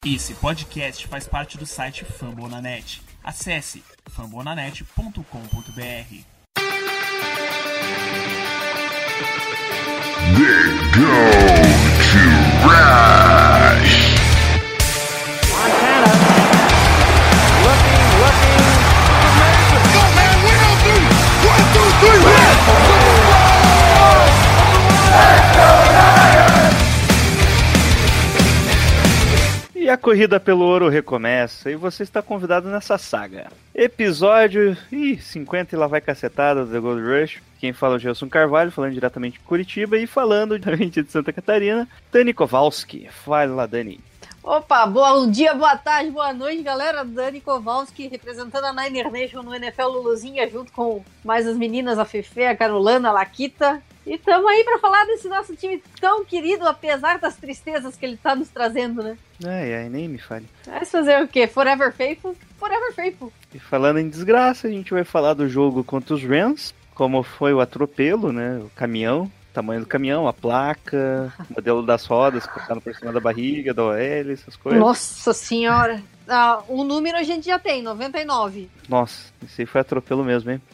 Esse podcast faz parte do site Fambonanet. Acesse fambonanet.com.br. They go to Rush. Montana, looking, Go, man, win on three. 1, 2, 3, hit. E a corrida pelo ouro recomeça e você está convidado nessa saga. Episódio 50 e lá vai cacetada do The Gold Rush. Quem fala é o Gelson Carvalho, falando diretamente de Curitiba e falando diretamente de Santa Catarina, Dani Kowalski. Fala, Dani. Opa, bom dia, boa tarde, boa noite, galera. Dani Kowalski, representando a Niner Nation no NFL Luluzinha, junto com mais as meninas, a Fefe, a Carolana, a Laquita. E estamos aí para falar desse nosso time tão querido, apesar das tristezas que ele tá nos trazendo, né? Ai, nem me fale. Mas fazer o quê? Forever Faithful? Forever Faithful. E falando em desgraça, a gente vai falar do jogo contra os Rams, como foi o atropelo, né? O caminhão, tamanho do caminhão, a placa, o modelo das rodas, cortando por cima da barriga, da OL, essas coisas. Nossa senhora. O número a gente já tem, 99. Nossa, esse aí foi atropelo mesmo, hein?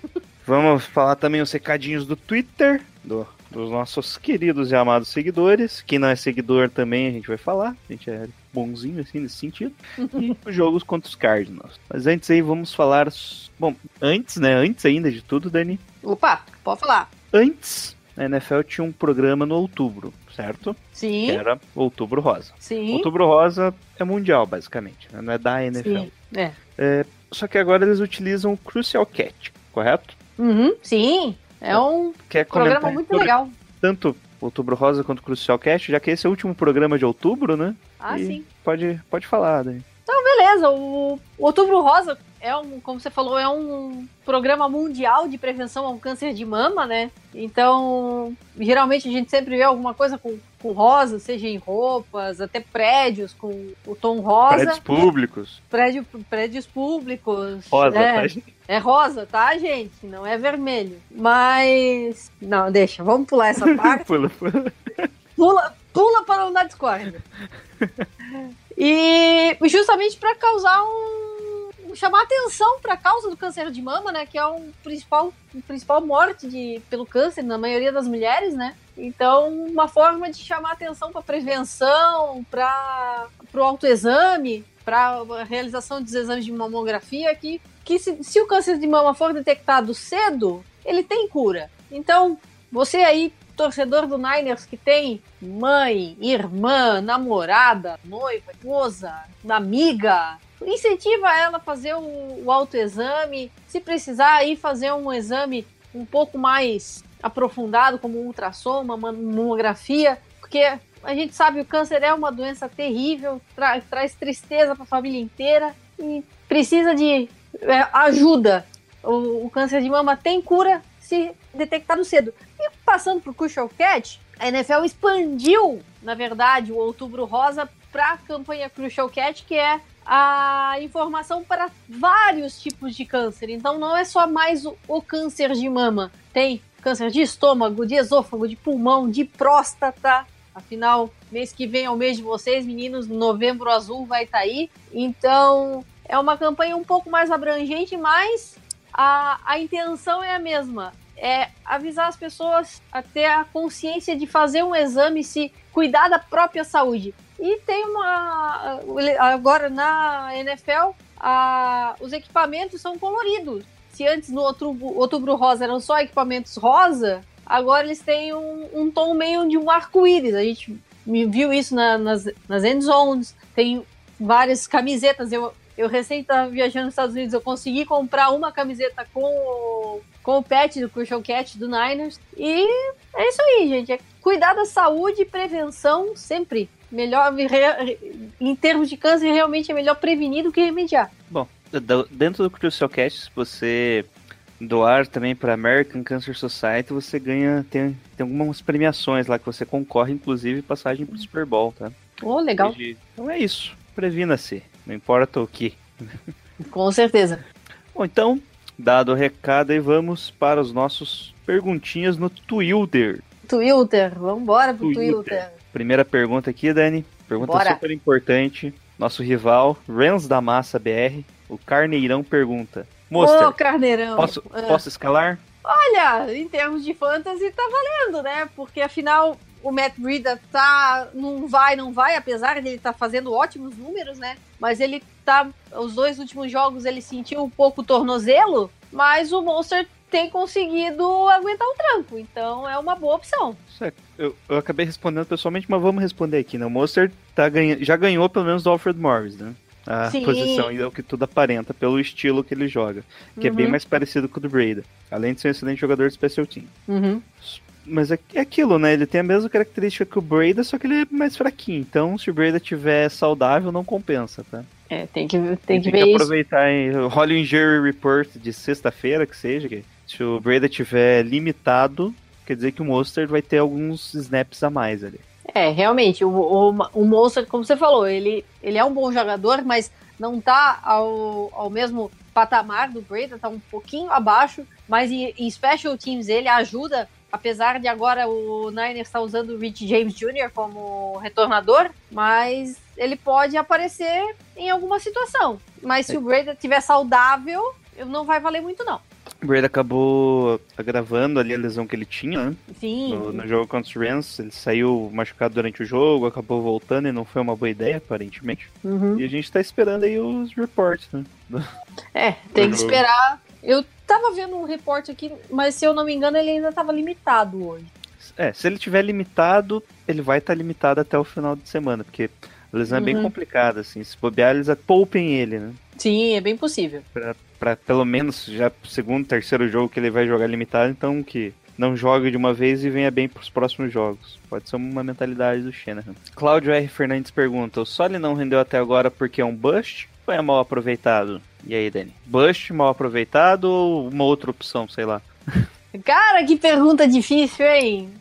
Vamos falar também os recadinhos do Twitter, dos nossos queridos e amados seguidores. Quem não é seguidor também a gente vai falar. A gente é bonzinho assim nesse sentido. E os jogos contra os Cardinals. Mas antes aí vamos falar... Bom, antes ainda de tudo, Dani. Opa, pode falar. Antes, a NFL tinha um programa no outubro, certo? Sim. Que era Outubro Rosa. Sim. Outubro Rosa é mundial, basicamente, né? Não é da NFL. Sim. Só que agora eles utilizam o Crucial Cat, correto? Uhum, sim. É um Quer programa comentar muito sobre legal. tanto Outubro Rosa quanto Crucial Cast, já que esse é o último programa de outubro, né? E Sim. Pode falar, Dani. Então, beleza. O Outubro Rosa como você falou, é um programa mundial de prevenção ao câncer de mama, né? Então, geralmente a gente sempre vê alguma coisa com rosa, seja em roupas, até prédios com o tom rosa. Prédios públicos. Prédios públicos. Rosa, tá, gente? É rosa, tá, gente? Não é vermelho. Mas... Não, deixa. Vamos pular essa parte. Pula para não dar discórdia. E justamente para causar chamar atenção para a causa do câncer de mama, né? Que é o principal morte pelo câncer na maioria das mulheres, né? Então, uma forma de chamar atenção para prevenção, para o autoexame, para a realização dos exames de mamografia, que se o câncer de mama for detectado cedo, ele tem cura. Então, você aí, torcedor do Niners, que tem mãe, irmã, namorada, noiva, esposa, amiga, incentiva ela a fazer o autoexame. Se precisar aí fazer um exame um pouco mais aprofundado, como um ultrassom, uma mamografia, porque a gente sabe que o câncer é uma doença terrível, traz tristeza para a família inteira e precisa de ajuda. O câncer de mama tem cura se detectado cedo. E passando para o Crucial Cat, a NFL expandiu, na verdade, o Outubro Rosa para a campanha Crucial Cat, que é a informação para vários tipos de câncer. Então não é só mais o câncer de mama. Tem câncer de estômago, de esôfago, de pulmão, de próstata. Afinal, mês que vem é o mês de vocês, meninos, Novembro Azul vai estar aí. Então é uma campanha um pouco mais abrangente, mas a intenção é a mesma. É avisar as pessoas a ter a consciência de fazer um exame, se cuidar da própria saúde. E tem agora na NFL, os equipamentos são coloridos. Se antes no Outubro Rosa eram só equipamentos rosa, agora eles têm um tom meio de um arco-íris. A gente viu isso nas end zones, tem várias camisetas. Eu recém estava viajando nos Estados Unidos, eu consegui comprar uma camiseta com o patch do Crucial Cat do Niners. E é isso aí, gente. É cuidar da saúde e prevenção sempre. Melhor, em termos de câncer, realmente é melhor prevenir do que remediar. Bom, dentro do Crucial Cat, se você doar também para American Cancer Society, você ganha, tem algumas premiações lá que você concorre, inclusive passagem pro Super Bowl, tá? Oh, legal. Então é isso, previna-se, não importa o que. Com certeza. Bom, então, dado o recado aí, vamos para os nossos perguntinhas no Twitter. Twitter, vamos embora pro Twitter. Primeira pergunta aqui, Dani. Pergunta Bora. super importante. Nosso rival, Rens da Massa BR, o Carneirão pergunta: Monster, Ô, Carneirão. posso escalar? Olha, em termos de fantasy tá valendo, né? Porque afinal o Matt Breida não vai, apesar de ele estar fazendo ótimos números, né? Mas ele os 2 últimos jogos ele sentiu um pouco o tornozelo, mas o Monster tem conseguido aguentar o tranco, então é uma boa opção. Eu acabei respondendo pessoalmente, mas vamos responder aqui, né? O Monster já ganhou pelo menos do Alfred Morris, né? A Sim. posição e é o que tudo aparenta pelo estilo que ele joga, que é bem mais parecido com o do Breida, além de ser um excelente jogador de special team. Mas é aquilo, né? Ele tem a mesma característica que o Breida, só que ele é mais fraquinho. Então, se o Breida tiver saudável, não compensa, tá? Tem que ver que isso. Aproveitar, hein? Rola o Injury Report de sexta-feira, que seja, que se o Breida tiver limitado, quer dizer que o Monster vai ter alguns snaps a mais ali. Realmente, o Monster, como você falou, ele é um bom jogador, mas não tá ao mesmo patamar do Breida, tá um pouquinho abaixo, mas em special teams ele ajuda, apesar de agora o Niners estar usando o Rich James Jr. como retornador, mas ele pode aparecer em alguma situação. Mas se o Breida estiver saudável, não vai valer muito não. O Brady acabou agravando ali a lesão que ele tinha, né? Sim. No jogo contra os Rams, ele saiu machucado durante o jogo, acabou voltando e não foi uma boa ideia, aparentemente. E a gente tá esperando aí os reports, né? Tem que esperar. Eu tava vendo um report aqui, mas se eu não me engano, ele ainda tava limitado hoje. Se ele tiver limitado, ele vai estar limitado até o final de semana, porque a lesão é bem complicada, assim. Se bobear, eles poupem ele, né? Sim, é bem possível. Pra pelo menos já segundo, terceiro jogo que ele vai jogar limitado, então que não jogue de uma vez e venha bem pros próximos jogos. Pode ser uma mentalidade do Shanahan. Cláudio R. Fernandes pergunta: o Soli não rendeu até agora porque é um bust ou é mal aproveitado? E aí, Dani? Bust, mal aproveitado ou uma outra opção, sei lá? Cara, que pergunta difícil, hein?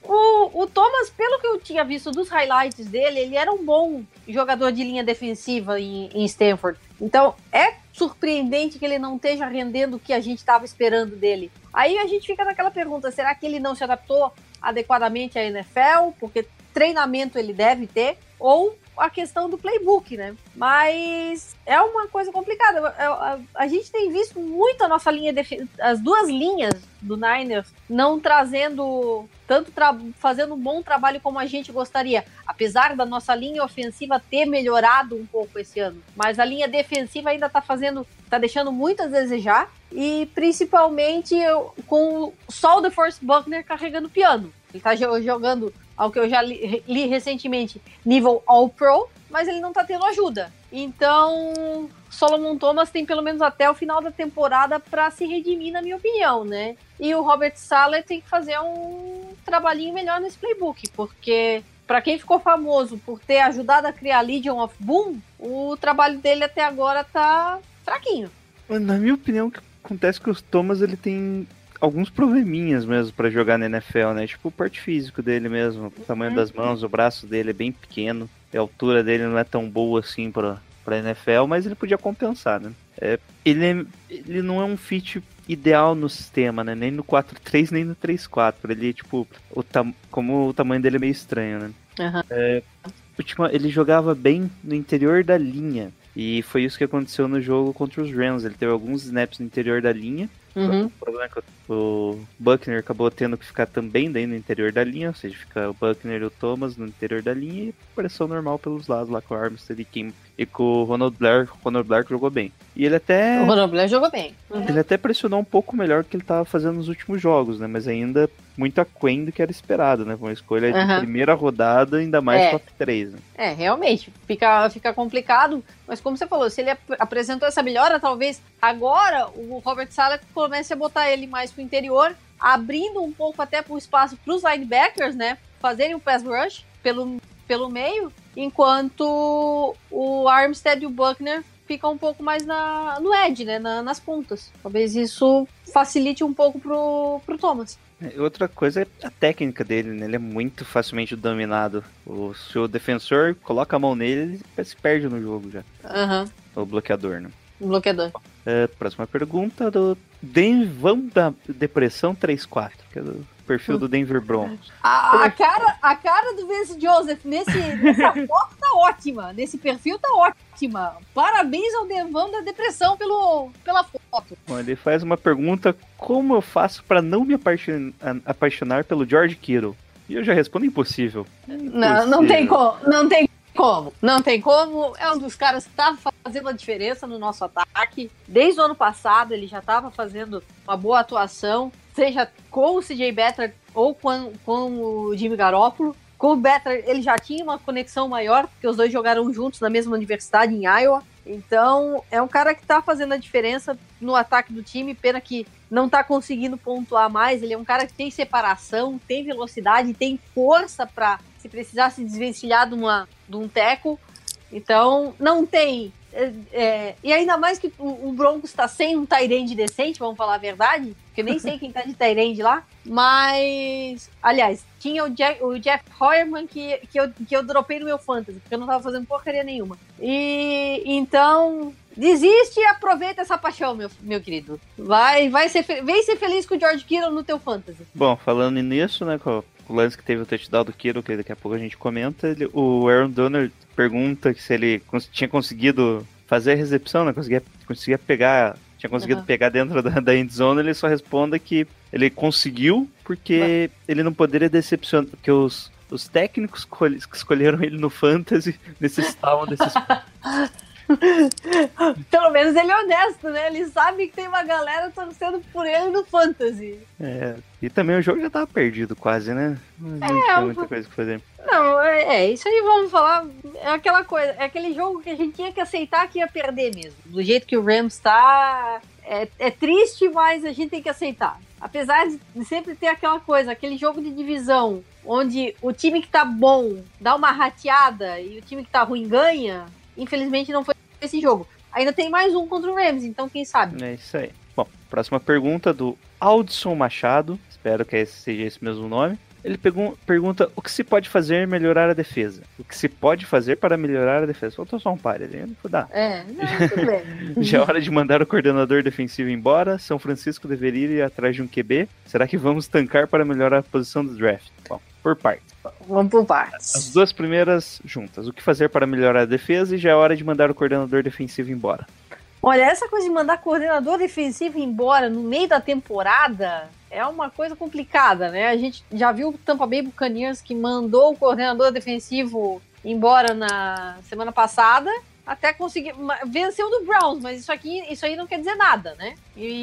O Thomas, pelo que eu tinha visto dos highlights dele, ele era um bom jogador de linha defensiva em Stanford. Então, é surpreendente que ele não esteja rendendo o que a gente estava esperando dele. Aí a gente fica naquela pergunta, será que ele não se adaptou adequadamente à NFL? Porque treinamento ele deve ter, ou a questão do playbook, né? Mas é uma coisa complicada. A gente tem visto muito a nossa linha, as duas linhas do Niners não trazendo fazendo um bom trabalho como a gente gostaria, apesar da nossa linha ofensiva ter melhorado um pouco esse ano, mas a linha defensiva ainda tá deixando muito a desejar, e principalmente com só o DeForest Buckner carregando o piano. Ele tá jogando, ao que eu já li recentemente, nível All-Pro, mas ele não tá tendo ajuda. Então, Solomon Thomas tem pelo menos até o final da temporada para se redimir, na minha opinião, né? E o Robert Saleh tem que fazer um trabalhinho melhor nesse playbook, porque para quem ficou famoso por ter ajudado a criar Legion of Boom, o trabalho dele até agora tá fraquinho. Na minha opinião, o que acontece é que o Thomas ele tem alguns probleminhas mesmo pra jogar na NFL, né? Tipo o porte físico dele mesmo, o tamanho das mãos, o braço dele é bem pequeno, a altura dele não é tão boa assim pra NFL, mas ele podia compensar, né? Ele não é um fit ideal no sistema, né? Nem no 4-3, nem no 3-4. Ele, tipo, como o tamanho dele é meio estranho, né? Ele jogava bem no interior da linha, e foi isso que aconteceu no jogo contra os Rams. Ele teve alguns snaps no interior da linha. O problema é que o Buckner acabou tendo que ficar também daí no interior da linha, ou seja, fica o Buckner e o Thomas no interior da linha e pressão normal pelos lados lá com o Armstead e com o Ronald Blair. O Ronald Blair jogou bem. E ele até... O Ronald Blair jogou bem. Ele até pressionou um pouco melhor do que ele estava fazendo nos últimos jogos, né? Mas ainda muito aquém do que era esperado, né? Uma escolha de primeira rodada, ainda mais top 3, né? Realmente, fica complicado, mas como você falou, se ele apresentou essa melhora, talvez agora o Robert Saleh comece a botar ele mais pro interior, abrindo um pouco até pro espaço pros linebackers, né? Fazerem um pass rush pelo meio, enquanto o Armstead e o Buckner ficam um pouco mais no edge, né? Nas pontas. Talvez isso facilite um pouco pro Thomas. Outra coisa é a técnica dele, né? Ele é muito facilmente dominado. Se o defensor coloca a mão nele, ele se perde no jogo já. O bloqueador, né? O bloqueador. Próxima pergunta do Denvão da Depressão 3-4, que é do perfil do Denver Broncos. A cara do Vince Joseph nessa foto tá ótima. Nesse perfil tá ótima. Parabéns ao Devan da depressão pela foto. Bom, ele faz uma pergunta: como eu faço para não me apaixonar pelo George Kittle? E eu já respondo: impossível. Não tem como. Não tem como. É um dos caras que tá fazendo a diferença no nosso ataque. Desde o ano passado ele já estava fazendo uma boa atuação, seja com o CJ Beathard ou com o Jimmy Garoppolo. Com o Beathard ele já tinha uma conexão maior, porque os dois jogaram juntos na mesma universidade em Iowa. Então é um cara que tá fazendo a diferença no ataque do time. Pena que não tá conseguindo pontuar mais. Ele é um cara que tem separação, tem velocidade, tem força para, se precisar, se desvencilhar de um tackle. Então, não tem. E ainda mais que o Broncos está sem um tight end decente, vamos falar a verdade, porque eu nem sei quem tá de tight end lá. Mas, aliás, tinha o Jeff Hoyerman que eu dropei no meu fantasy, porque eu não tava fazendo porcaria nenhuma. E então, desiste e aproveita essa paixão, meu querido. Vem ser feliz com o George Kittle no teu fantasy. Bom, falando nisso, né, com o lance que teve o touchdown do Kittle, que daqui a pouco a gente comenta, o Aaron Donald pergunta se ele tinha conseguido fazer a recepção, né, conseguia pegar, tinha conseguido pegar dentro da end zone. Ele só responde que ele conseguiu porque ele não poderia decepcionar, porque os técnicos que escolheram ele no fantasy necessitavam desses Pelo menos ele é honesto, né? Ele sabe que tem uma galera torcendo por ele no fantasy. E também o jogo já tava perdido quase, né? Não tinha muita coisa que fazer. Não, isso aí, vamos falar, é aquela coisa, é aquele jogo que a gente tinha que aceitar que ia perder mesmo. Do jeito que o Rams tá, é triste, mas a gente tem que aceitar. Apesar de sempre ter aquela coisa, aquele jogo de divisão, onde o time que tá bom dá uma rateada e o time que tá ruim ganha, infelizmente não foi esse jogo. Ainda tem mais um contra o Rams, então quem sabe? É isso aí. Bom, próxima pergunta do Aldson Machado, espero que seja esse mesmo nome. Ele pergunta: o que se pode fazer melhorar a defesa? O que se pode fazer para melhorar a defesa? Faltou só um par ali, não vou dar. Tudo bem. Já é hora de mandar o coordenador defensivo embora. São Francisco deveria ir atrás de um QB. Será que vamos tancar para melhorar a posição do draft? Bom, por partes. Vamos por partes. As duas primeiras juntas. O que fazer para melhorar a defesa? E já é hora de mandar o coordenador defensivo embora. Olha, essa coisa de mandar coordenador defensivo embora no meio da temporada é uma coisa complicada, né? A gente já viu o Tampa Bay Buccaneers que mandou o coordenador defensivo embora na semana passada, até conseguir venceu do Browns, mas isso aí não quer dizer nada, né?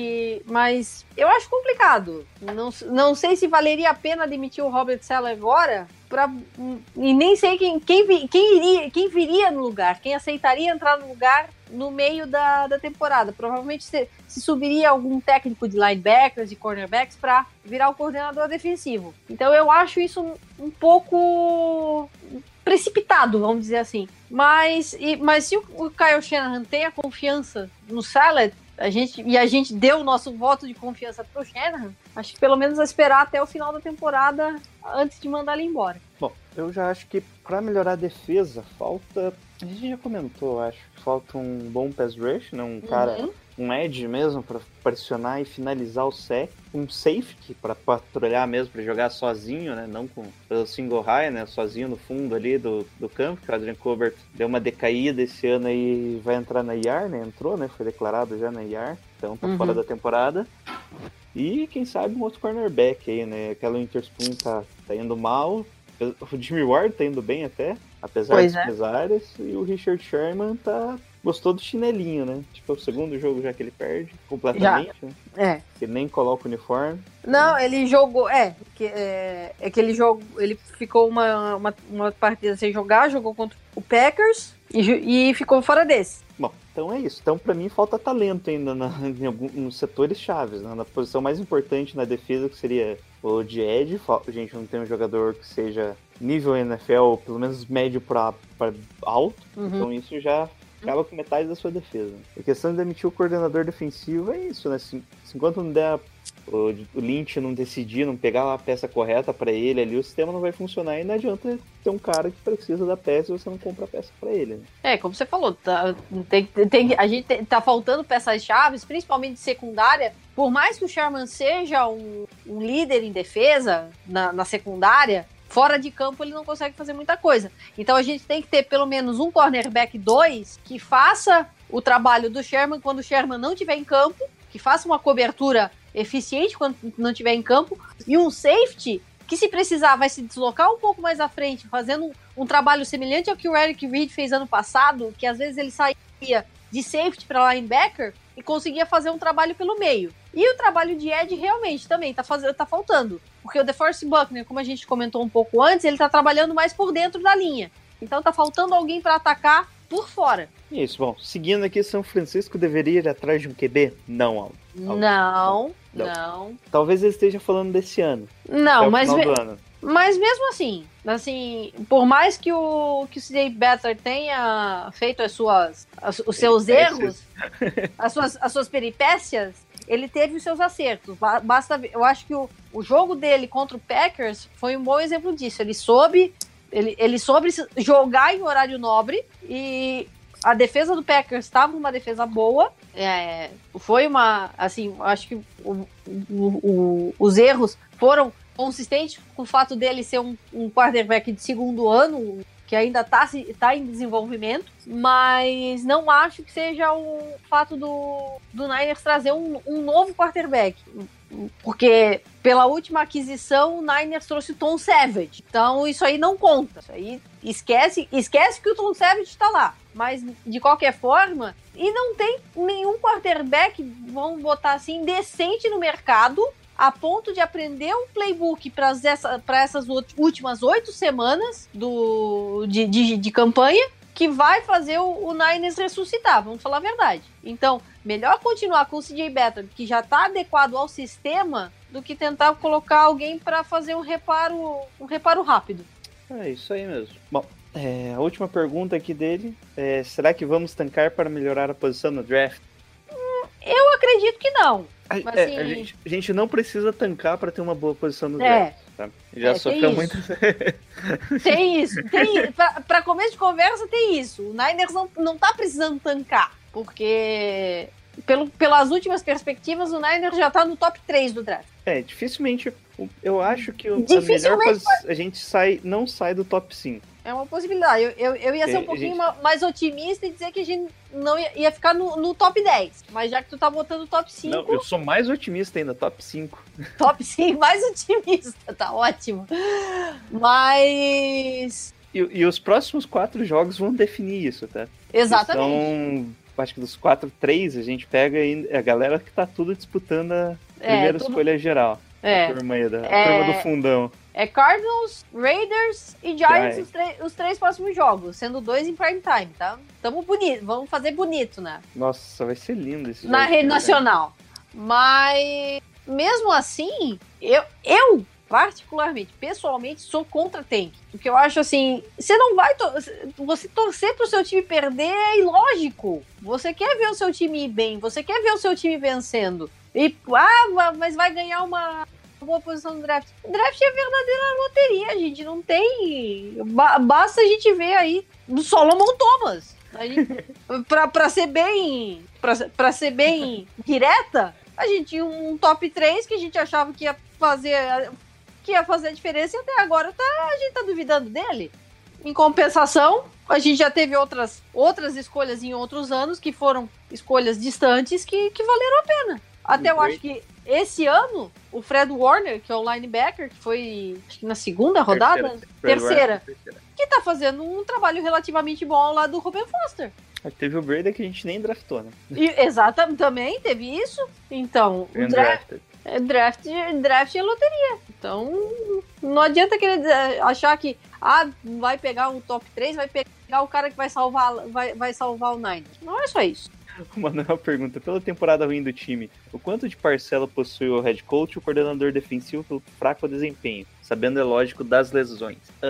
Mas eu acho complicado. Não sei se valeria a pena demitir o Robert Saleh agora, e nem sei quem viria no lugar, quem aceitaria entrar no lugar no meio da temporada. Provavelmente se subiria algum técnico de linebackers, de cornerbacks, para virar o coordenador defensivo. Então eu acho isso um pouco precipitado, vamos dizer assim. Mas se o Kyle Shanahan tem a confiança no Saleh, a gente deu o nosso voto de confiança pro Shanahan, acho que pelo menos a esperar até o final da temporada antes de mandar ele embora. Bom, eu já acho que para melhorar a defesa, falta... A gente já comentou, acho que falta um bom pass rush, né? Um cara, um edge mesmo para pressionar e finalizar o sec, um safety para patrulhar mesmo, para jogar sozinho, né? Não com pelo single high, né? Sozinho no fundo ali do campo, que o Adrian Colbert deu uma decaída esse ano e vai entrar na IR, né? Entrou, né? Foi declarado já na IR, então tá fora da temporada. E quem sabe um outro cornerback aí, né? Aquela Witherspoon tá indo mal, o Jimmy Ward tá indo bem até, apesar dos pesares, e o Richard Sherman gostou do chinelinho, né? Tipo, é o segundo jogo já que ele perde completamente, né? Que nem coloca o uniforme. Não, ele jogou, aquele jogo, ele ficou uma partida sem jogar, jogou contra o Packers e ficou fora desse. Bom, então é isso. Então, pra mim, falta talento ainda nos setores chaves, né? Na posição mais importante na defesa, que seria o de edge. A gente não tem um jogador que seja nível NFL, pelo menos médio pra alto. Então isso já acaba com metade da sua defesa. A questão de demitir o coordenador defensivo é isso, né? Se enquanto não der o Lynch não decidir, não pegar a peça correta pra ele ali, o sistema não vai funcionar e não adianta ter um cara que precisa da peça e você não compra a peça pra ele, né? Como você falou, a gente tá faltando peças-chave, principalmente de secundária. Por mais que o Sherman seja um líder em defesa na secundária, fora de campo ele não consegue fazer muita coisa. Então a gente tem que ter pelo menos um cornerback 2 que faça o trabalho do Sherman quando o Sherman não estiver em campo, que faça uma cobertura eficiente quando não estiver em campo, e um safety que, se precisar, vai se deslocar um pouco mais à frente, fazendo um trabalho semelhante ao que o Eric Reid fez ano passado, que às vezes ele saía de safety para linebacker e conseguia fazer um trabalho pelo meio. E o trabalho de edge realmente também tá faltando, porque o DeForest Buckner, como a gente comentou um pouco antes, ele tá trabalhando mais por dentro da linha. Então tá faltando alguém para atacar por fora. Isso, bom, seguindo aqui, São Francisco deveria ir atrás de um QB? Não. Talvez ele esteja falando desse ano. Não, mas final do ano. Mas mesmo assim, por mais que o CJ Beathard tenha feito os seus erros, as suas peripécias, ele teve os seus acertos. Basta ver, eu acho que o jogo dele contra o Packers foi um bom exemplo disso. Ele soube jogar em horário nobre e a defesa do Packers estava uma defesa boa. Foi uma, assim, acho que os erros foram consistentes com o fato dele ser um quarterback de segundo ano, que ainda tá em desenvolvimento, mas não acho que seja o fato do Niners trazer um novo quarterback. Porque pela última aquisição o Niners trouxe o Tom Savage. Então isso aí não conta. Isso aí esquece que o Tom Savage tá lá. Mas de qualquer forma, e não tem nenhum quarterback, vamos botar assim, decente no mercado a ponto de aprender um playbook para essas últimas 8 semanas de campanha, que vai fazer o Niners ressuscitar, vamos falar a verdade. Então, melhor continuar com o CJ Beathard, que já está adequado ao sistema, do que tentar colocar alguém para fazer um reparo rápido. É isso aí mesmo. Bom, a última pergunta aqui dele é: será que vamos tancar para melhorar a posição no draft? Eu acredito que não. Mas, assim, a gente não precisa tancar para ter uma boa posição no draft. Tá? Já sofreu muito. Tem isso. Para começo de conversa, tem isso. O Niners não tá precisando tancar, porque pelas últimas perspectivas, o Niners já tá no top 3 do draft. Dificilmente. Eu acho que a gente não sai do top 5. É uma possibilidade. Eu ia ser um pouquinho mais otimista e dizer que a gente não ia ficar no top 10. Mas já que tu tá botando top 5... Não, eu sou mais otimista ainda, top 5. Top 5, mais otimista, tá ótimo. Mas... E os próximos 4 jogos vão definir isso, tá? Exatamente. Então, acho que dos 4, 3 a gente pega a galera que tá tudo disputando a primeira escolha geral. A turma aí, turma do fundão. Cardinals, Raiders e Giants os 3 próximos jogos, sendo 2 em prime time, tá? Tamo bonito, vamos fazer bonito, né? Nossa, vai ser lindo esse jogo. Na rede nacional. Mas, mesmo assim, eu particularmente, pessoalmente, sou contra tank. Porque eu acho assim, você não vai... Você torcer pro seu time perder é ilógico. Você quer ver o seu time ir bem, você quer ver o seu time vencendo. E, mas vai ganhar uma boa posição no draft. O draft é verdadeira loteria, gente. Não tem... Basta a gente ver aí do Solomon Thomas. Pra ser bem... Pra ser bem direta, a gente tinha um top 3 que a gente achava que ia fazer a diferença, e até agora a gente tá duvidando dele. Em compensação, a gente já teve outras escolhas em outros anos, que foram escolhas distantes que valeram a pena. Até eu acho que esse ano, o Fred Warner, que é o linebacker, que foi, acho que na segunda rodada, terceira, que tá fazendo um trabalho relativamente bom ao lado do Ruben Foster. Teve o Brady que a gente nem draftou, né? Exatamente, também teve isso. Então, draft é loteria. Então, não adianta achar que vai pegar um top 3, vai pegar o cara que vai salvar o Niners. Não é só isso. O Manuel pergunta: pela temporada ruim do time, o quanto de parcela possui o head coach e o coordenador defensivo pelo fraco desempenho, sabendo, é lógico, das lesões?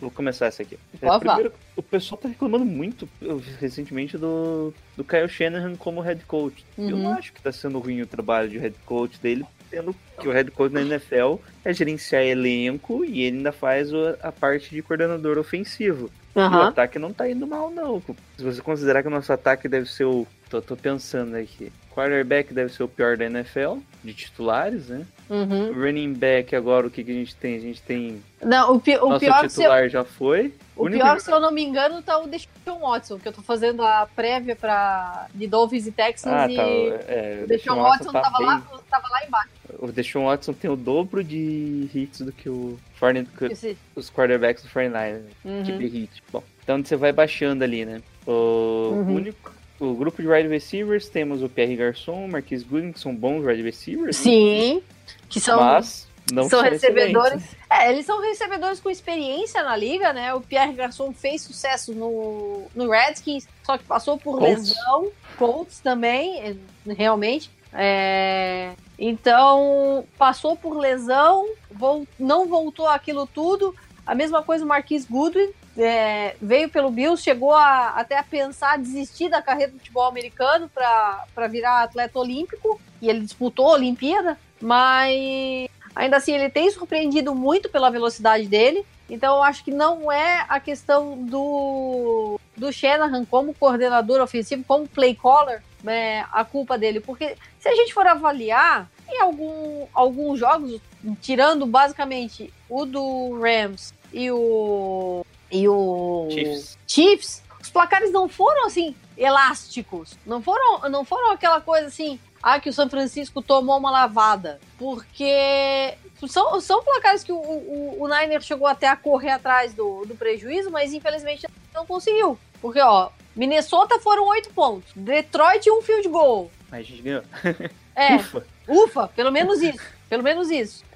Vou começar essa aqui. Pode falar. Primeiro, o pessoal tá reclamando muito recentemente do Kyle Shanahan como head coach. Eu não acho que tá sendo ruim o trabalho de head coach dele, sendo que o head coach na NFL é gerenciar elenco e ele ainda faz a parte de coordenador ofensivo. E o ataque não tá indo mal, não. Se você considerar que o nosso ataque deve ser o... Tô pensando aqui. Quarterback deve ser o pior da NFL, de titulares, né? Running back, agora, o que a gente tem? A gente tem... Não, o nosso pior titular já foi. O pior, se eu não me engano, tá o Deshaun Watson, que eu tô fazendo a prévia de Dolphins e Texans o Deshaun Watson tá tava bem... lá embaixo. O Deshaun Watson tem o dobro de hits do que os quarterbacks do 49ers, de hits. Bom, então você vai baixando ali, né? O grupo de wide receivers, temos o Pierre Garçon, Marquise Goodwin, que são bons wide receivers. Sim, que são... Mas não são recebedores. Excelentes. Eles são recebedores com experiência na liga, né? O Pierre Garçon fez sucesso no Redskins, só que passou por lesão. Colts também, realmente. Então, passou por lesão, não voltou aquilo tudo. A mesma coisa o Marquise Goodwin. Veio pelo Bills, chegou até a pensar desistir da carreira do futebol americano para virar atleta olímpico, e ele disputou a Olimpíada, mas ainda assim ele tem surpreendido muito pela velocidade dele. Então eu acho que não é a questão do Shanahan como coordenador ofensivo, como play caller, a culpa dele, porque se a gente for avaliar em alguns jogos, tirando basicamente o do Rams e o Chiefs, os placares não foram assim elásticos, não foram aquela coisa assim, que o São Francisco tomou uma lavada, porque são placares que o Niner chegou até a correr atrás do prejuízo, mas infelizmente não conseguiu, porque Minnesota foram 8 pontos, Detroit um field goal. Mas a gente ganhou. Ufa, pelo menos isso.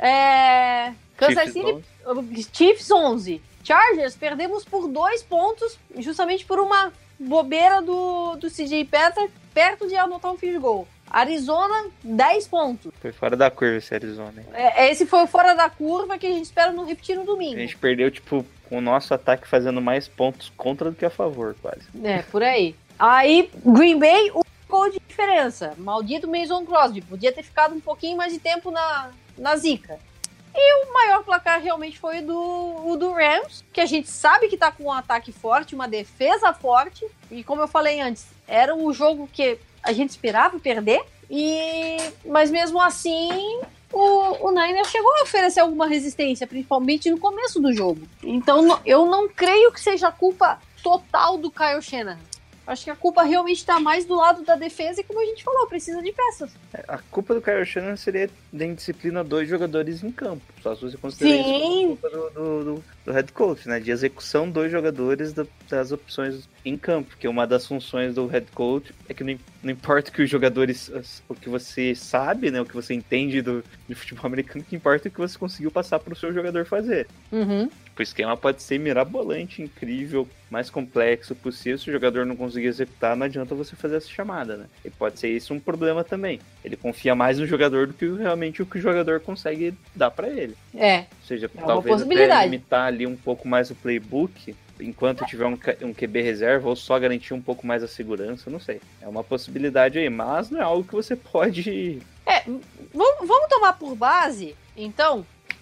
Kansas City, Chiefs 11. Chargers, perdemos por 2 pontos, justamente por uma bobeira do CJ Beathard, perto de anotar um field goal. Arizona, 10 pontos. Foi fora da curva esse Arizona. Esse foi fora da curva que a gente espera não repetir no domingo. A gente perdeu, com o nosso ataque fazendo mais pontos contra do que a favor, quase. Por aí. Aí, Green Bay, um gol de diferença. Maldito Mason Crosby. Podia ter ficado um pouquinho mais de tempo na zica. E o maior placar realmente foi o do Rams, que a gente sabe que tá com um ataque forte, uma defesa forte. E como eu falei antes, era o jogo que a gente esperava perder. Mas mesmo assim, o Niner chegou a oferecer alguma resistência, principalmente no começo do jogo. Então eu não creio que seja culpa total do Kyle Shanahan. Acho que a culpa realmente está mais do lado da defesa e, como a gente falou, precisa de peças. A culpa do Kyle Shanahan seria da indisciplina 2 jogadores em campo. Só se você considerar isso como culpa do head coach, né? De execução 2 jogadores das opções em campo. Porque uma das funções do head coach é que não importa que os jogadores, o que você sabe, né? O que você entende de futebol americano, que importa é o que você conseguiu passar para o seu jogador fazer. O esquema pode ser mirabolante, incrível, mais complexo possível. Se o jogador não conseguir executar, não adianta você fazer essa chamada, né? E pode ser isso um problema também. Ele confia mais no jogador do que realmente o que o jogador consegue dar pra ele. Ou seja, talvez até limitar ali um pouco mais o playbook, enquanto tiver um QB reserva, ou só garantir um pouco mais a segurança, não sei. É uma possibilidade aí, mas não é algo que você pode... Vamos tomar por base, então...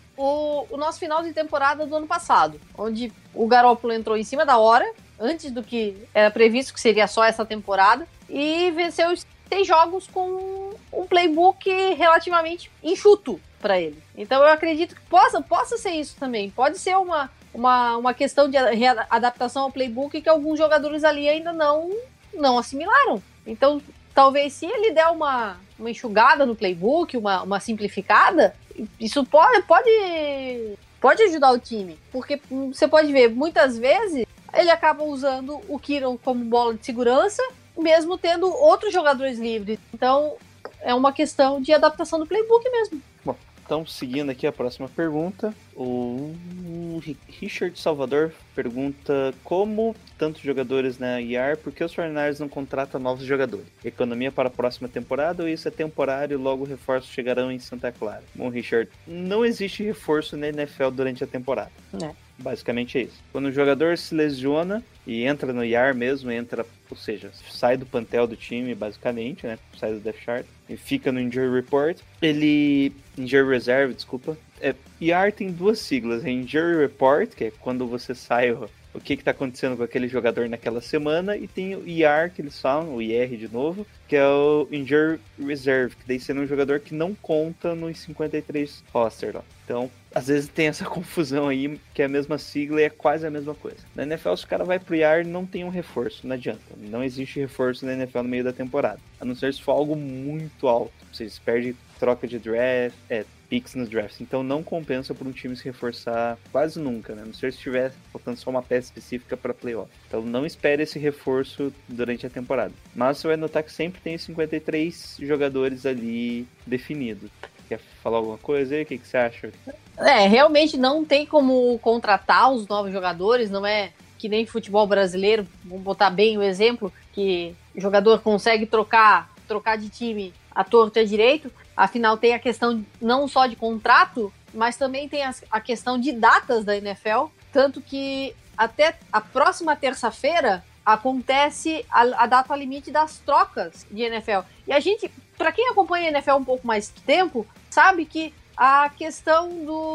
O nosso final de temporada do ano passado, onde o Garoppolo entrou em cima da hora, antes do que era previsto, que seria só essa temporada, e venceu os 6 jogos com um playbook relativamente enxuto para ele. Então eu acredito que possa ser isso também. Pode ser uma questão de adaptação ao playbook que alguns jogadores ali ainda não assimilaram. Então, talvez se ele der uma enxugada no playbook, uma simplificada, isso pode ajudar o time. Porque você pode ver, muitas vezes, ele acaba usando o Kittle como bola de segurança, mesmo tendo outros jogadores livres. Então, é uma questão de adaptação do playbook mesmo. Bom, então, seguindo aqui a próxima pergunta, o o Richard Salvador pergunta como tantos jogadores na IR, por que os 49ers não contratam novos jogadores? Economia para a próxima temporada ou isso é temporário e logo reforços chegarão em Santa Clara? Bom, Richard, não existe reforço na NFL durante a temporada. Basicamente é isso. Quando o jogador se lesiona e entra no IR mesmo, ou seja, sai do plantel do time, basicamente, né? Sai do depth chart e fica no Injury Report. Injury Reserve, desculpa. IR tem duas siglas, Injury Report, que é quando você sai o que está acontecendo com aquele jogador naquela semana, e tem o IR, que eles falam, o IR de novo, que é o Injury Reserve, que daí seria um jogador que não conta nos 53 roster lá. Então, às vezes tem essa confusão aí, que é a mesma sigla e é quase a mesma coisa. Na NFL, se o cara vai pro IR, não tem um reforço, não adianta. Não existe reforço na NFL no meio da temporada. A não ser se for algo muito alto. Vocês perdem troca de draft, picks nos drafts. Então não compensa para um time se reforçar quase nunca, né? A não ser se estiver faltando só uma peça específica para playoff. Então não espere esse reforço durante a temporada. Mas você vai notar que sempre tem 53 jogadores ali definidos. Quer falar alguma coisa aí? O que você acha? Realmente não tem como contratar os novos jogadores, não é que nem futebol brasileiro, vamos botar bem o exemplo, que o jogador consegue trocar de time à torta e à direito. Afinal, tem a questão não só de contrato, mas também tem a questão de datas da NFL, tanto que até a próxima terça-feira acontece a data limite das trocas de NFL. E a gente, para quem acompanha a NFL um pouco mais de tempo, sabe que a questão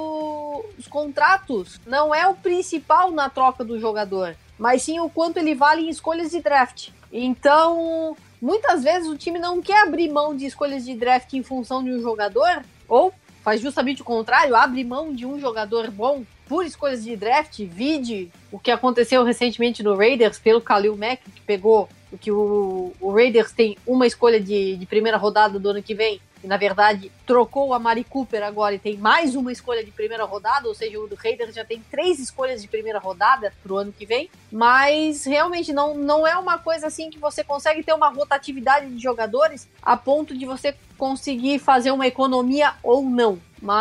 dos contratos não é o principal na troca do jogador, mas sim o quanto ele vale em escolhas de draft. Então, muitas vezes o time não quer abrir mão de escolhas de draft em função de um jogador, ou faz justamente o contrário, abre mão de um jogador bom por escolhas de draft. Vide o que aconteceu recentemente no Raiders pelo Khalil Mack, que pegou o que o Raiders tem uma escolha de primeira rodada do ano que vem, e na verdade trocou o Amari Cooper agora e tem mais uma escolha de primeira rodada, ou seja, o Raiders já tem 3 escolhas de primeira rodada pro ano que vem, mas realmente não é uma coisa assim que você consegue ter uma rotatividade de jogadores a ponto de você conseguir fazer uma economia ou não,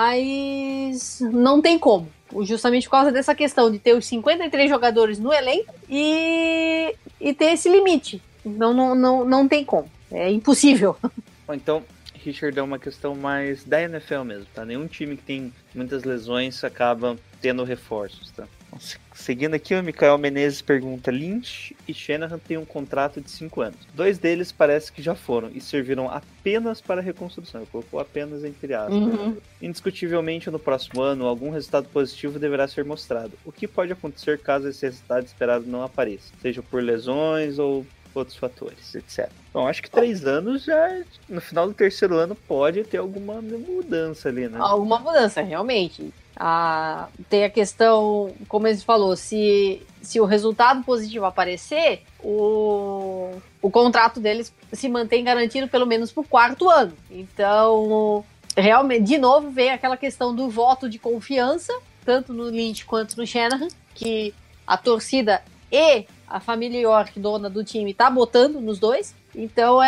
mas não tem como, justamente por causa dessa questão de ter os 53 jogadores no elenco e ter esse limite. Não tem como, é impossível. Bom, então, Richard, é uma questão mais da NFL mesmo, tá? Nenhum time que tem muitas lesões acaba tendo reforços, tá? Seguindo aqui, o Mikael Menezes pergunta: Lynch e Shanahan têm um contrato de 5 anos. 2 deles parece que já foram e serviram apenas para a reconstrução. Colocou apenas entre aspas. Indiscutivelmente, no próximo ano, algum resultado positivo deverá ser mostrado. O que pode acontecer caso esse resultado esperado não apareça? Seja por lesões ou outros fatores, etc. Bom, acho que 3 anos já, no final do 3º ano, pode ter alguma mudança ali, né? Alguma mudança, realmente. Tem a questão, como ele falou, se o resultado positivo aparecer, o contrato deles se mantém garantido pelo menos pro 4º ano. Então, realmente, de novo, vem aquela questão do voto de confiança, tanto no Lynch quanto no Shanahan, que a torcida e a família York, dona do time, tá botando nos dois. Então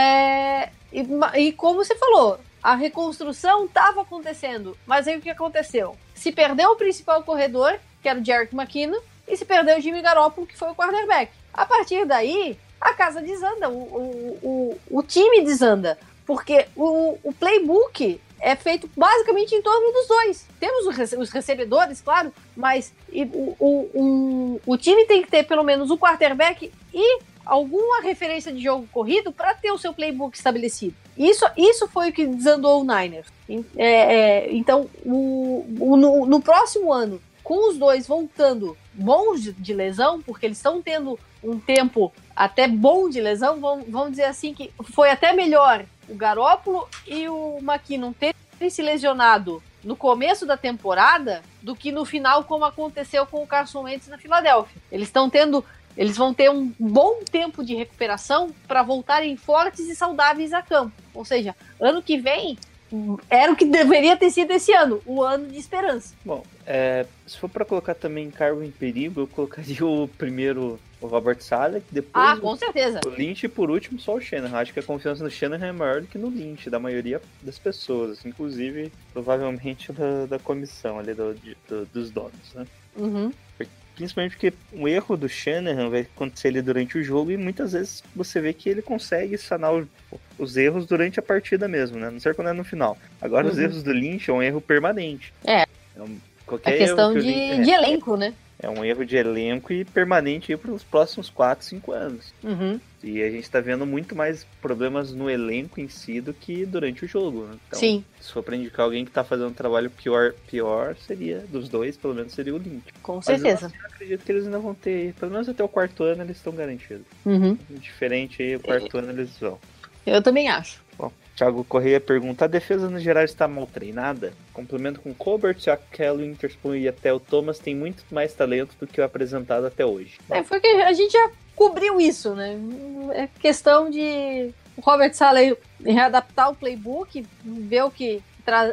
E como você falou, a reconstrução estava acontecendo, mas aí o que aconteceu? Se perdeu o principal corredor, que era o Jerick McKinnon, e se perdeu o Jimmy Garoppolo, que foi o quarterback. A partir daí, a casa desanda, o time desanda, porque o playbook é feito basicamente em torno dos dois. Temos os recebedores, claro, mas o time tem que ter pelo menos o quarterback e alguma referência de jogo corrido para ter o seu playbook estabelecido. Isso foi o que desandou o Niners. Então, no próximo ano, com os dois voltando bons de lesão, porque eles estão tendo um tempo até bom de lesão, vamos dizer assim que foi até melhor o Garoppolo e o McKinnon terem se lesionado no começo da temporada do que no final, como aconteceu com o Carson Wentz na Filadélfia. Eles vão ter um bom tempo de recuperação para voltarem fortes e saudáveis a campo. Ou seja, ano que vem era o que deveria ter sido esse ano, o ano de esperança. Bom, se for para colocar também cargo em perigo, eu colocaria o primeiro, o Robert Saleh, depois com certeza. O Lynch e por último só o Shanahan. Acho que a confiança no Shanahan é maior do que no Lynch, da maioria das pessoas, inclusive provavelmente da comissão ali dos donos, né? Uhum. Principalmente porque um erro do Shanahan vai acontecer ali durante o jogo e muitas vezes você vê que ele consegue sanar os erros durante a partida mesmo, né? Não sei quando é no final. Agora os erros do Lynch é um erro permanente. Qualquer É questão erro de elenco, né? É um erro de elenco e permanente para os próximos 4, 5 anos. Uhum. E a gente tá vendo muito mais problemas no elenco em si do que durante o jogo, né? Então, Sim. se for pra indicar alguém que tá fazendo um trabalho pior seria, dos dois, pelo menos seria o Lynch. Com Mas certeza. eu acredito que eles ainda vão ter, pelo menos até o quarto ano eles estão garantidos. Uhum. Diferente aí, o quarto ano eles vão. Eu também acho. Bom, Thiago Correia pergunta: a defesa no geral está mal treinada? Complemento com Colbert, Aquelo, Interspoon e até o Thomas tem muito mais talento do que o apresentado até hoje. Foi que a gente já cobriu isso, né? É questão de o Robert Saleh readaptar o playbook, ver o que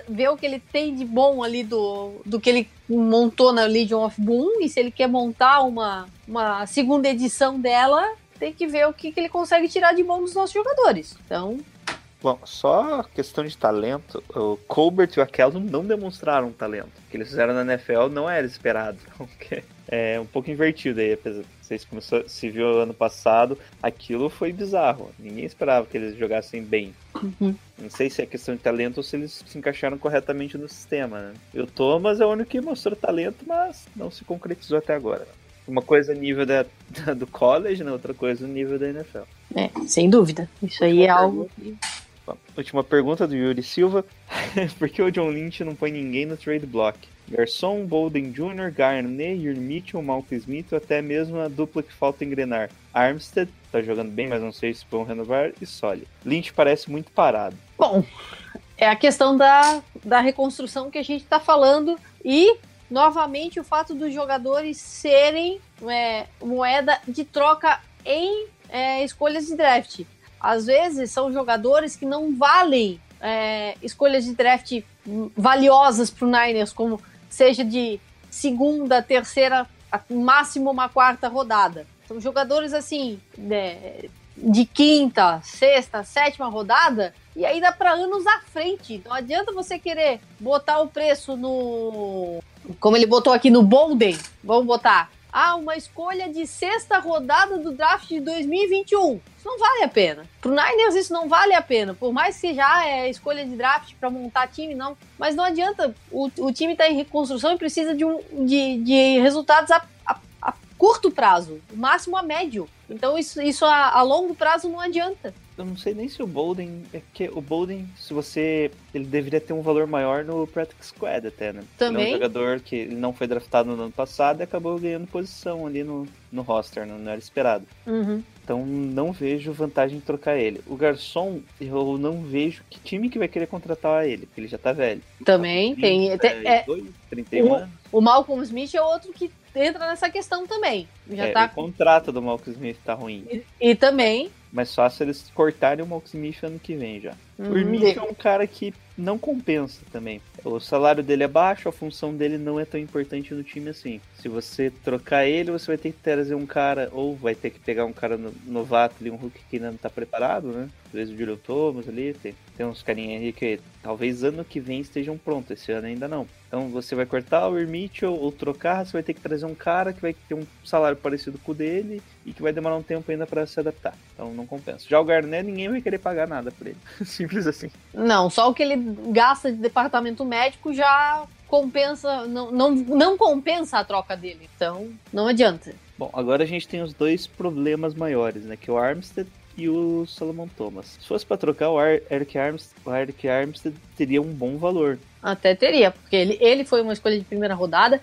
ele tem de bom ali do que ele montou na Legion of Boom, e se ele quer montar uma segunda edição dela, tem que ver o que ele consegue tirar de bom dos nossos jogadores. Então... Bom, só questão de talento, o Colbert e o Aquelo não demonstraram talento. O que eles fizeram na NFL não era esperado. É um pouco invertido aí, apesar de vocês se viu ano passado, aquilo foi bizarro. Ninguém esperava que eles jogassem bem. Uhum. Não sei se é questão de talento ou se eles se encaixaram corretamente no sistema, né? E o Thomas é o único que mostrou talento, mas não se concretizou até agora. Uma coisa a nível do college, né? Outra coisa no nível da NFL. Sem dúvida. Isso aí é algo... Última pergunta do Yuri Silva. Por que o John Lynch não põe ninguém no trade block? Garçon, Bolden Jr., Garnet, Yuri Mitchell, Malcolm Smith ou até mesmo a dupla que falta engrenar. Armstead, tá jogando bem, mas não sei se vão renovar, e Solly. Lynch parece muito parado. Bom, é a questão da reconstrução que a gente tá falando e, novamente, o fato dos jogadores serem moeda de troca em escolhas de draft. Às vezes são jogadores que não valem escolhas de draft valiosas para o Niners, como seja de segunda, terceira, máximo uma quarta rodada. São jogadores assim, de quinta, sexta, sétima rodada, e aí dá para anos à frente. Não adianta você querer botar o preço como ele botou aqui no Bolden, vamos botar... uma escolha de sexta rodada do draft de 2021. Isso não vale a pena. Pro Niners isso não vale a pena. Por mais que já é escolha de draft para montar time, não. Mas não adianta. O time tá em reconstrução e precisa de resultados a curto prazo. O máximo a médio. Então isso a longo prazo não adianta. Eu não sei nem se o Bolden... É que o Bolden, ele deveria ter um valor maior no Practice Squad até, né? Também. Ele é um jogador que ele não foi draftado no ano passado e acabou ganhando posição ali no roster, não era esperado. Uhum. Então não vejo vantagem em trocar ele. O Garçon, eu não vejo que time que vai querer contratar ele, porque ele já tá velho. Também tem... 31 anos. O Malcolm Smith é outro que entra nessa questão também. O contrato do Malcolm Smith tá ruim. E também... Mas só se eles cortarem o Malcolm Smith ano que vem já. O Mitchell é um cara que não compensa também. O salário dele é baixo, a função dele não é tão importante no time assim. Se você trocar ele, você vai ter que trazer um cara, ou vai ter que pegar um cara novato ali, um rookie que ainda não tá preparado, né? Às vezes o Julian Thomas ali, tem uns carinhas aí que talvez ano que vem estejam prontos, esse ano ainda não. Então você vai cortar o Mitchell ou trocar, você vai ter que trazer um cara que vai ter um salário parecido com o dele e que vai demorar um tempo ainda para se adaptar. Então não compensa. Já o Garnet, ninguém vai querer pagar nada por ele. Simples assim. Não, só o que ele gasta de departamento médico já compensa, não compensa a troca dele. Então não adianta. Bom, agora a gente tem os dois problemas maiores, né? Que é o Armstead e o Solomon Thomas. Se fosse para trocar, o Eric Armstead teria um bom valor. Até teria, porque ele foi uma escolha de primeira rodada,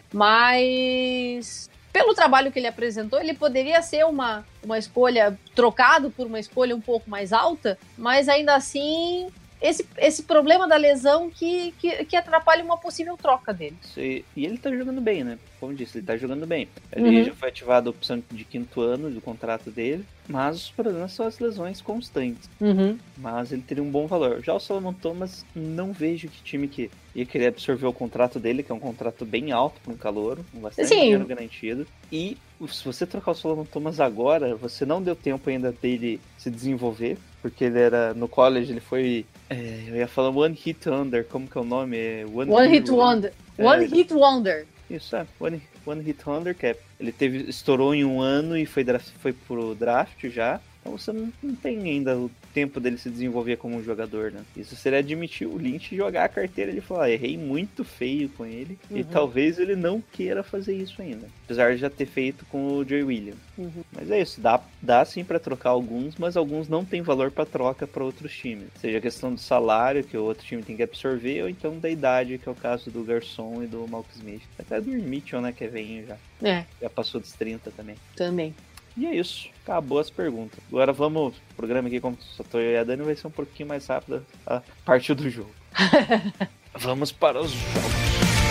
mas pelo trabalho que ele apresentou, ele poderia ser uma escolha trocado por uma escolha um pouco mais alta, mas ainda assim esse problema da lesão que atrapalha uma possível troca dele. E ele tá jogando bem, né? Como disse, ele tá jogando bem. Ele já foi ativado a opção de 5º ano do contrato dele, mas os problemas são as lesões constantes. Mas ele teria um bom valor. Já o Solomon Thomas, não vejo que time que ia querer absorver o contrato dele, que é um contrato bem alto para um calouro, com bastante dinheiro garantido. E se você trocar o Solomon Thomas agora, você não deu tempo ainda dele se desenvolver, porque ele era no college, ele foi... eu ia falar One Hit Wonder, como que é o nome? One Hit Wonder. One Hit Wonder. Isso, One Hit Wonder, que ele estourou em um ano e foi pro draft já. Então você não tem ainda o tempo dele se desenvolver como um jogador, né? Isso seria admitir o Lynch jogar a carteira e falar, errei muito feio com ele e talvez ele não queira fazer isso ainda. Apesar de já ter feito com o Joey Williams. Mas é isso, dá sim pra trocar alguns, mas alguns não tem valor pra troca pra outros times. Seja a questão do salário que o outro time tem que absorver, ou então da idade, que é o caso do Garçon e do Malcolm Smith. Até do Mitchell, né, que é velhinho já. Já passou dos 30 também. E é isso, acabou as perguntas. Agora vamos, o programa aqui, como só tô eu e a Dani, vai ser um pouquinho mais rápido a parte do jogo. Vamos para os jogos.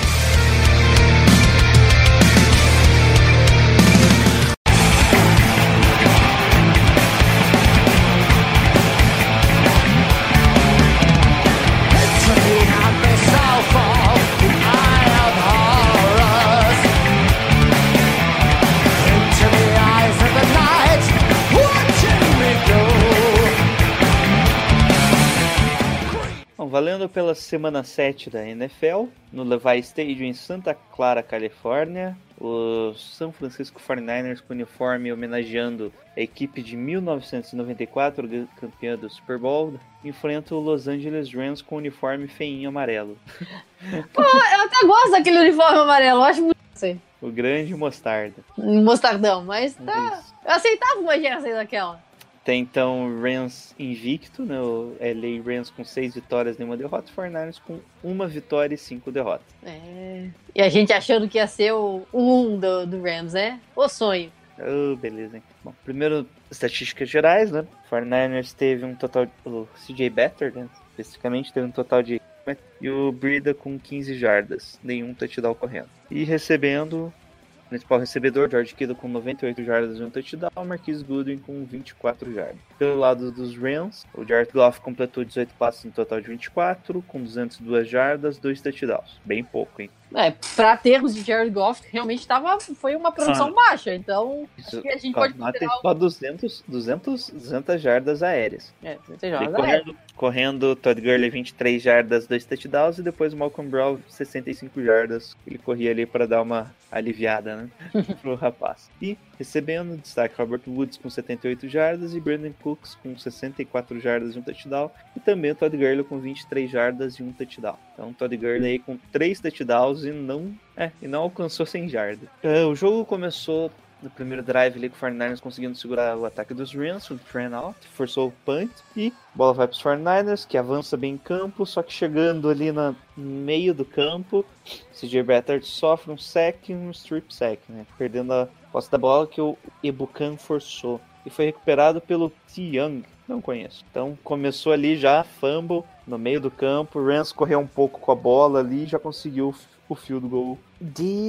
Valendo pela semana 7 da NFL, no Levi Stadium em Santa Clara, Califórnia, o San Francisco 49ers com uniforme homenageando a equipe de 1994, campeã do Super Bowl, enfrenta o Los Angeles Rams com uniforme feinho amarelo. Pô, eu até gosto daquele uniforme amarelo, eu acho muito assim. O grande mostarda. Mostardão, mas tá. Eu aceitava uma jersey daquela. Tem então o Rams invicto, né? O LA Rams com 6 vitórias e nenhuma derrota, e 49ers com 1 vitória e 5 derrotas. E a gente achando que ia ser o 1 do Rams, né? O sonho. Oh, beleza, hein? Bom, primeiro, estatísticas gerais, né? O 49ers teve um total... O CJ Beathard, né? Especificamente, teve um total de... E o Breida com 15 jardas, nenhum touchdown correndo. E recebendo... O principal recebedor, George Kittle com 98 jardas e um touchdown, Marquise Goodwin com 24 jardas. Pelo lado dos Rams, o Jared Goff completou 18 passes no total de 24, com 202 jardas, 2 touchdowns. Bem pouco, hein? Pra termos de Jared Goff, realmente foi uma produção baixa, então acho que a gente pode considerar... Só 200 jardas aéreas. 200 jardas aéreas. Correndo, Todd Gurley 23 jardas, 2 touchdowns, e depois o Malcolm Brown 65 jardas. Ele corria ali para dar uma aliviada, né? Pro rapaz. E recebendo destaque Robert Woods com 78 jardas e Brandon Cooks com 64 jardas e um touchdown. E também o Todd Gurley com 23 jardas e um touchdown. Então o Todd Gurley aí com 3 touchdowns e não alcançou 100 jardas. O jogo começou no primeiro drive ali com o 49ers conseguindo segurar o ataque dos Rams, o three and out, forçou o punt e bola vai para os 49ers, que avança bem em campo, só que chegando ali no meio do campo, CJ Beathard sofre um sack e um strip sack, né? Perdendo a posse da bola que o Ebukan forçou. E foi recuperado pelo T. Young, não conheço. Então começou ali já, fumble no meio do campo, o Rams correu um pouco com a bola ali e já conseguiu o field goal de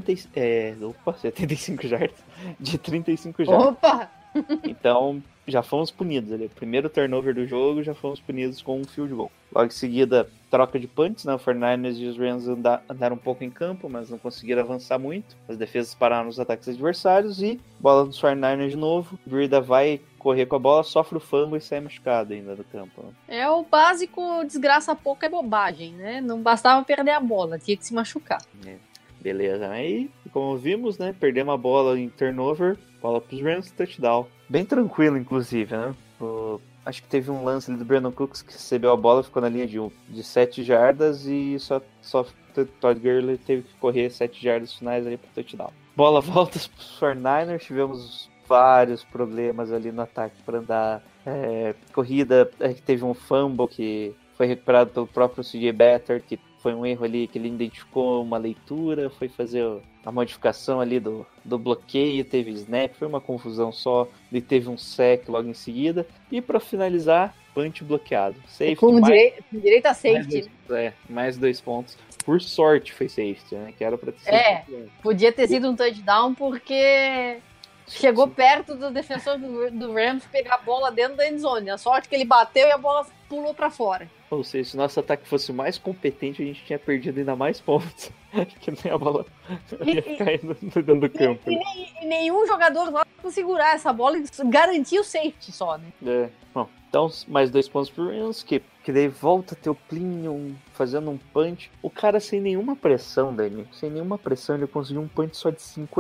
75 jardas, de 35 jardas. Opa! Então já fomos punidos ali. O primeiro turnover do jogo, já fomos punidos com um field goal. Logo em seguida, troca de punts, né? O 49ers e os Rams andaram um pouco em campo, mas não conseguiram avançar muito. As defesas pararam nos ataques adversários e bola dos 49ers de novo. Breida vai correr com a bola, sofre o fumble e sai machucado ainda do campo. Né? É o básico, desgraça pouco é bobagem, né? Não bastava perder a bola, tinha que se machucar. Beleza, aí, como vimos, né? Perdemos a bola em turnover, bola pros Rams, touchdown. Bem tranquilo, inclusive, né? Acho que teve um lance ali do Brandon Cooks que recebeu a bola, ficou na linha de 7 jardas e só Todd Gurley teve que correr 7 jardas finais ali pro touchdown. Bola volta pros 49ers, tivemos vários problemas ali no ataque para andar. Corrida, teve um fumble que foi recuperado pelo próprio CJ Beathard, que foi um erro ali que ele identificou uma leitura, foi fazer a modificação ali do bloqueio, teve snap, foi uma confusão só, e teve um sack logo em seguida. E para finalizar, punch bloqueado. Safety, com direito a safety. Mais 2 pontos. Por sorte foi safety, né? Que era para ter sido. Podia ter sido um touchdown porque chegou perto do defensor do Rams pegar a bola dentro da endzone. A sorte que ele bateu e a bola pulou para fora. Ou seja, se o nosso ataque fosse mais competente, a gente tinha perdido ainda mais pontos. Que nem a bola ia ficar dentro do campo. E nenhum jogador lá conseguiu segurar essa bola e garantir o safety só, né? Bom, Então, mais 2 pontos pro Rams, que daí volta a ter o Plinyon fazendo um punch. O cara sem nenhuma pressão, Dani. Sem nenhuma pressão, ele conseguiu um punch só de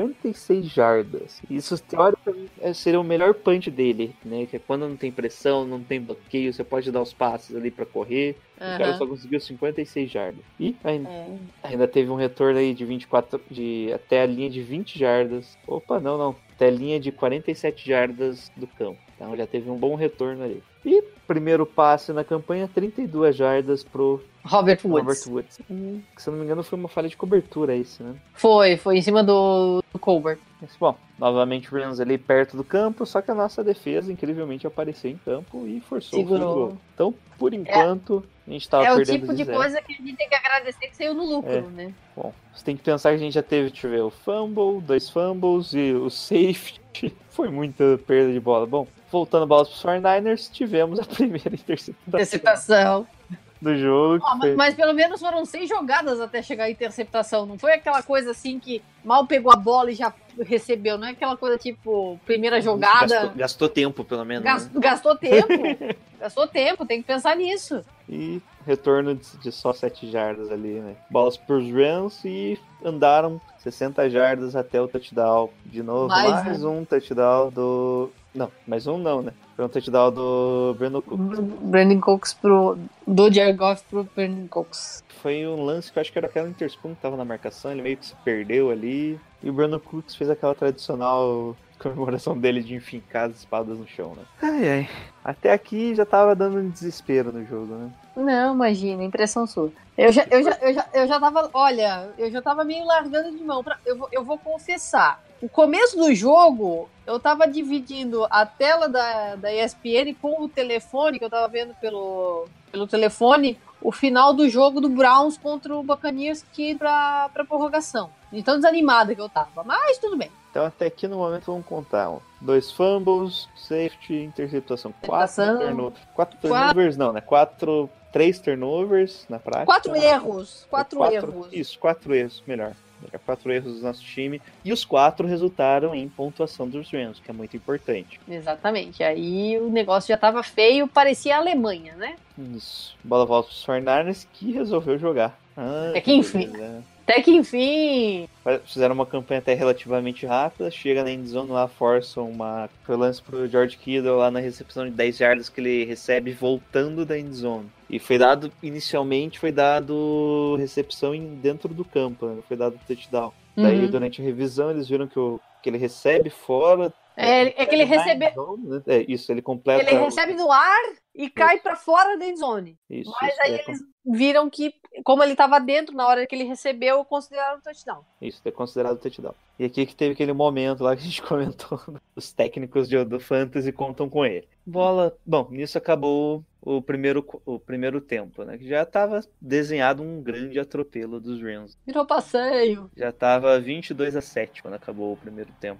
56 jardas. Isso, teoricamente, seria o melhor punch dele, né? Que é quando não tem pressão, não tem bloqueio, você pode dar os passes ali pra correr. O cara só conseguiu 56 jardas. E ainda teve um retorno aí de 24, até a linha de 20 jardas. Opa, não. Até a linha de 47 jardas do campo. Então já teve um bom retorno ali. E primeiro passe na campanha, 32 jardas pro Robert Woods. Que, se eu não me engano, foi uma falha de cobertura esse, né? Foi em cima do Colbert. Mas, bom, novamente o Rams ali perto do campo, só que a nossa defesa incrivelmente apareceu em campo e forçou o field goal. Então, por enquanto, a gente tava perdendo o tipo de coisa que a gente tem que agradecer que saiu no lucro, né? Bom, você tem que pensar que a gente já teve, deixa eu ver, o fumble, 2 fumbles e o safety. Foi muita perda de bola. Bom, voltando bolas para os 49ers, tivemos a primeira interceptação do jogo. Mas pelo menos foram 6 jogadas até chegar a interceptação. Não foi aquela coisa assim que mal pegou a bola e já recebeu. Não é aquela coisa tipo, primeira jogada. Gastou tempo, pelo menos. Gastou tempo. Gastou tempo, tem que pensar nisso. E retorno de só 7 jardas ali, né? Bolas para os Rams e andaram 60 jardas até o touchdown. De novo, mais um touchdown do... Não, mais um não, né? Foi um touchdown do Brandon Cooks. Brandon Cooks do Jared Goff pro Brandon Cooks. Foi um lance que eu acho que era aquela Interspoon que tava na marcação, ele meio que se perdeu ali. E o Brandon Cooks fez aquela tradicional comemoração dele de enfincar as espadas no chão, né? Ai. Até aqui já tava dando um desespero no jogo, né? Não, imagina, impressão sua. Eu já tava, olha, eu já tava meio largando de mão. Eu vou confessar. O começo do jogo, eu tava dividindo a tela da ESPN com o telefone, que eu tava vendo pelo telefone, o final do jogo do Browns contra o Buccaneers que ia pra prorrogação. De tão desanimada que eu tava, mas tudo bem. Então até aqui no momento vamos contar 2 fumbles, safety, interceptação, 4 turnovers, não, né? 3 turnovers na prática. 4 erros. 4 erros. Isso, 4 erros, melhor. 4 erros do nosso time. E os 4 resultaram em pontuação dos Rams, que é muito importante. Exatamente. Aí o negócio já tava feio, parecia a Alemanha, né? Isso. Bola volta para os 49ers, que resolveu jogar. Até que enfim. Fizeram uma campanha até relativamente rápida. Chega na endzone lá, forçam foi lance pro George Kittle lá na recepção de 10 jardas que ele recebe voltando da endzone. E inicialmente foi dado recepção dentro do campo, né? Foi dado touchdown. Daí, durante a revisão, eles viram que ele recebe fora. É que ele recebe. Isso, ele completa. Ele recebe no ar e cai pra fora da endzone. Isso. Mas aí eles viram que, como ele tava dentro, na hora que ele recebeu, consideraram touchdown. Isso, é considerado touchdown. E aqui que teve aquele momento lá que a gente comentou, os técnicos do Fantasy contam com ele. Bom, nisso acabou o primeiro tempo, né? Que já estava desenhado um grande atropelo dos Rams. Virou passeio. Já estava 22-7 quando acabou o primeiro tempo.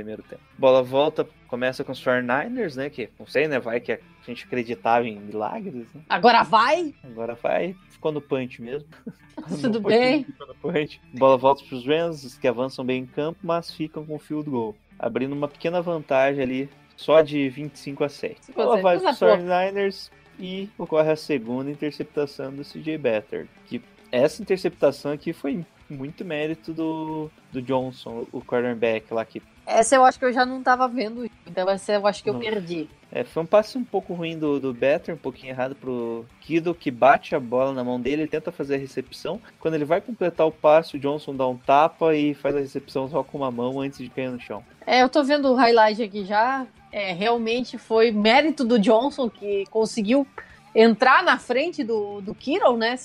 Bola volta, começa com os 49ers, né? Que, não sei, né? Vai que a gente acreditava em milagres, né? Agora vai. Ficou no punch mesmo. Tudo bem. Bola volta para os Rams, que avançam bem em campo, mas ficam com o field goal. Abrindo uma pequena vantagem ali, só de 25-7. Ela vai para os 49ers e ocorre a segunda interceptação do CJ Beathard. Que essa interceptação aqui foi muito mérito do Johnson, o quarterback lá que... Essa eu acho que eu já não tava vendo, então essa eu acho que eu perdi. Foi um passe um pouco ruim do Beathard, um pouquinho errado pro Kittle, que bate a bola na mão dele, ele tenta fazer a recepção. Quando ele vai completar o passe, o Johnson dá um tapa e faz a recepção só com uma mão antes de cair no chão. Eu tô vendo o highlight aqui já. Realmente foi mérito do Johnson, que conseguiu entrar na frente do Kittle, né?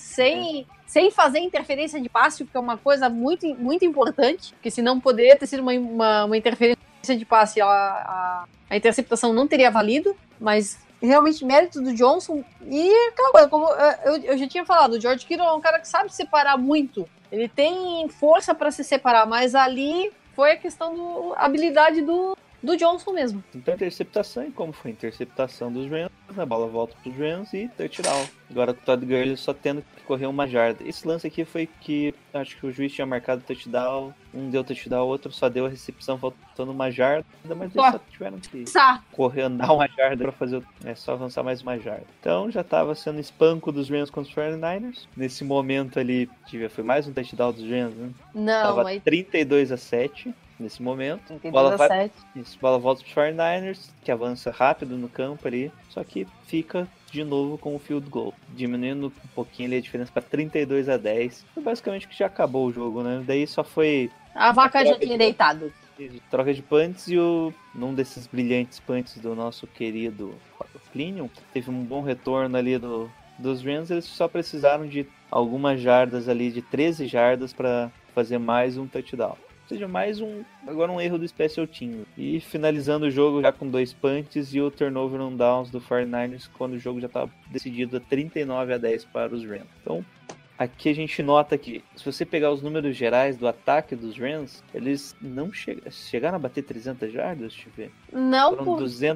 Sem fazer interferência de passe, porque é uma coisa muito, muito importante, porque senão poderia ter sido uma interferência de passe, a interceptação não teria valido, mas realmente mérito do Johnson. E aquela coisa, como eu já tinha falado, o George Kittle é um cara que sabe separar muito, ele tem força para se separar, mas ali foi a questão da habilidade do Johnson mesmo. Então a interceptação, e como foi a interceptação dos Rams, a bola volta pros Rams e touchdown. Agora com o Todd Gurley só tendo que correr uma jarda. Esse lance aqui foi que acho que o juiz tinha marcado touchdown, um deu touchdown, o outro só deu a recepção faltando uma jarda, mas eles só tiveram que correr, andar uma jarda pra fazer, só avançar mais uma jarda. Então já tava sendo espanco dos Rams contra os 49ers. Nesse momento ali, foi mais um touchdown dos Rams, né? Não, tava mas 32-7. Nesse momento, 32 bola a 7. bola volta para os 49ers, que avança rápido no campo ali, só que fica de novo com o field goal, diminuindo um pouquinho ali a diferença para 32-10. Foi basicamente que já acabou o jogo, né? Daí só foi a vaca já tinha deitado. Troca de punts e num desses brilhantes punts do nosso querido Plinium, teve um bom retorno ali dos Rams. Eles só precisaram de algumas jardas ali, de 13 jardas para fazer mais um touchdown. Ou seja, agora um erro do Special Team. E finalizando o jogo já com 2 punts e o turnover on downs do 49ers, quando o jogo já estava decidido a 39-10 para os Rams. Então, aqui a gente nota que, se você pegar os números gerais do ataque dos Rams, eles não chegaram a bater 300 jardas, deixa eu ver. Não, foram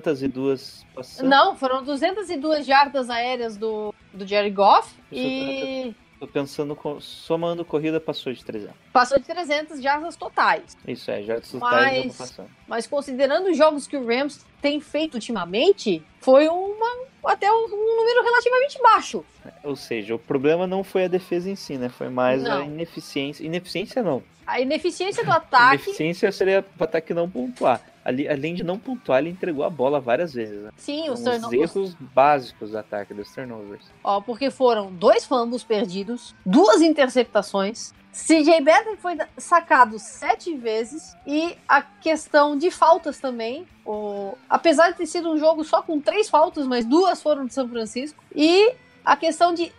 202 passando. Não, foram 202 jardas aéreas do Jared Goff e... Tô pensando, somando corrida, passou de 300. Passou de 300 jardas totais. Isso jardas totais já tá passando. Mas considerando os jogos que o Rams tem feito ultimamente, foi até um número relativamente baixo. Ou seja, o problema não foi a defesa em si, né? Foi mais a ineficiência. Ineficiência não. A ineficiência do ataque... Ineficiência seria o ataque não pontuar. Além de não pontuar, ele entregou a bola várias vezes. Né? Sim, os erros básicos do ataque, dos turnovers. Porque foram 2 fumbles perdidos, 2 interceptações, CJ Beathard foi sacado 7 vezes e a questão de faltas também. Apesar de ter sido um jogo só com 3 faltas, mas 2 foram de São Francisco. E a questão de...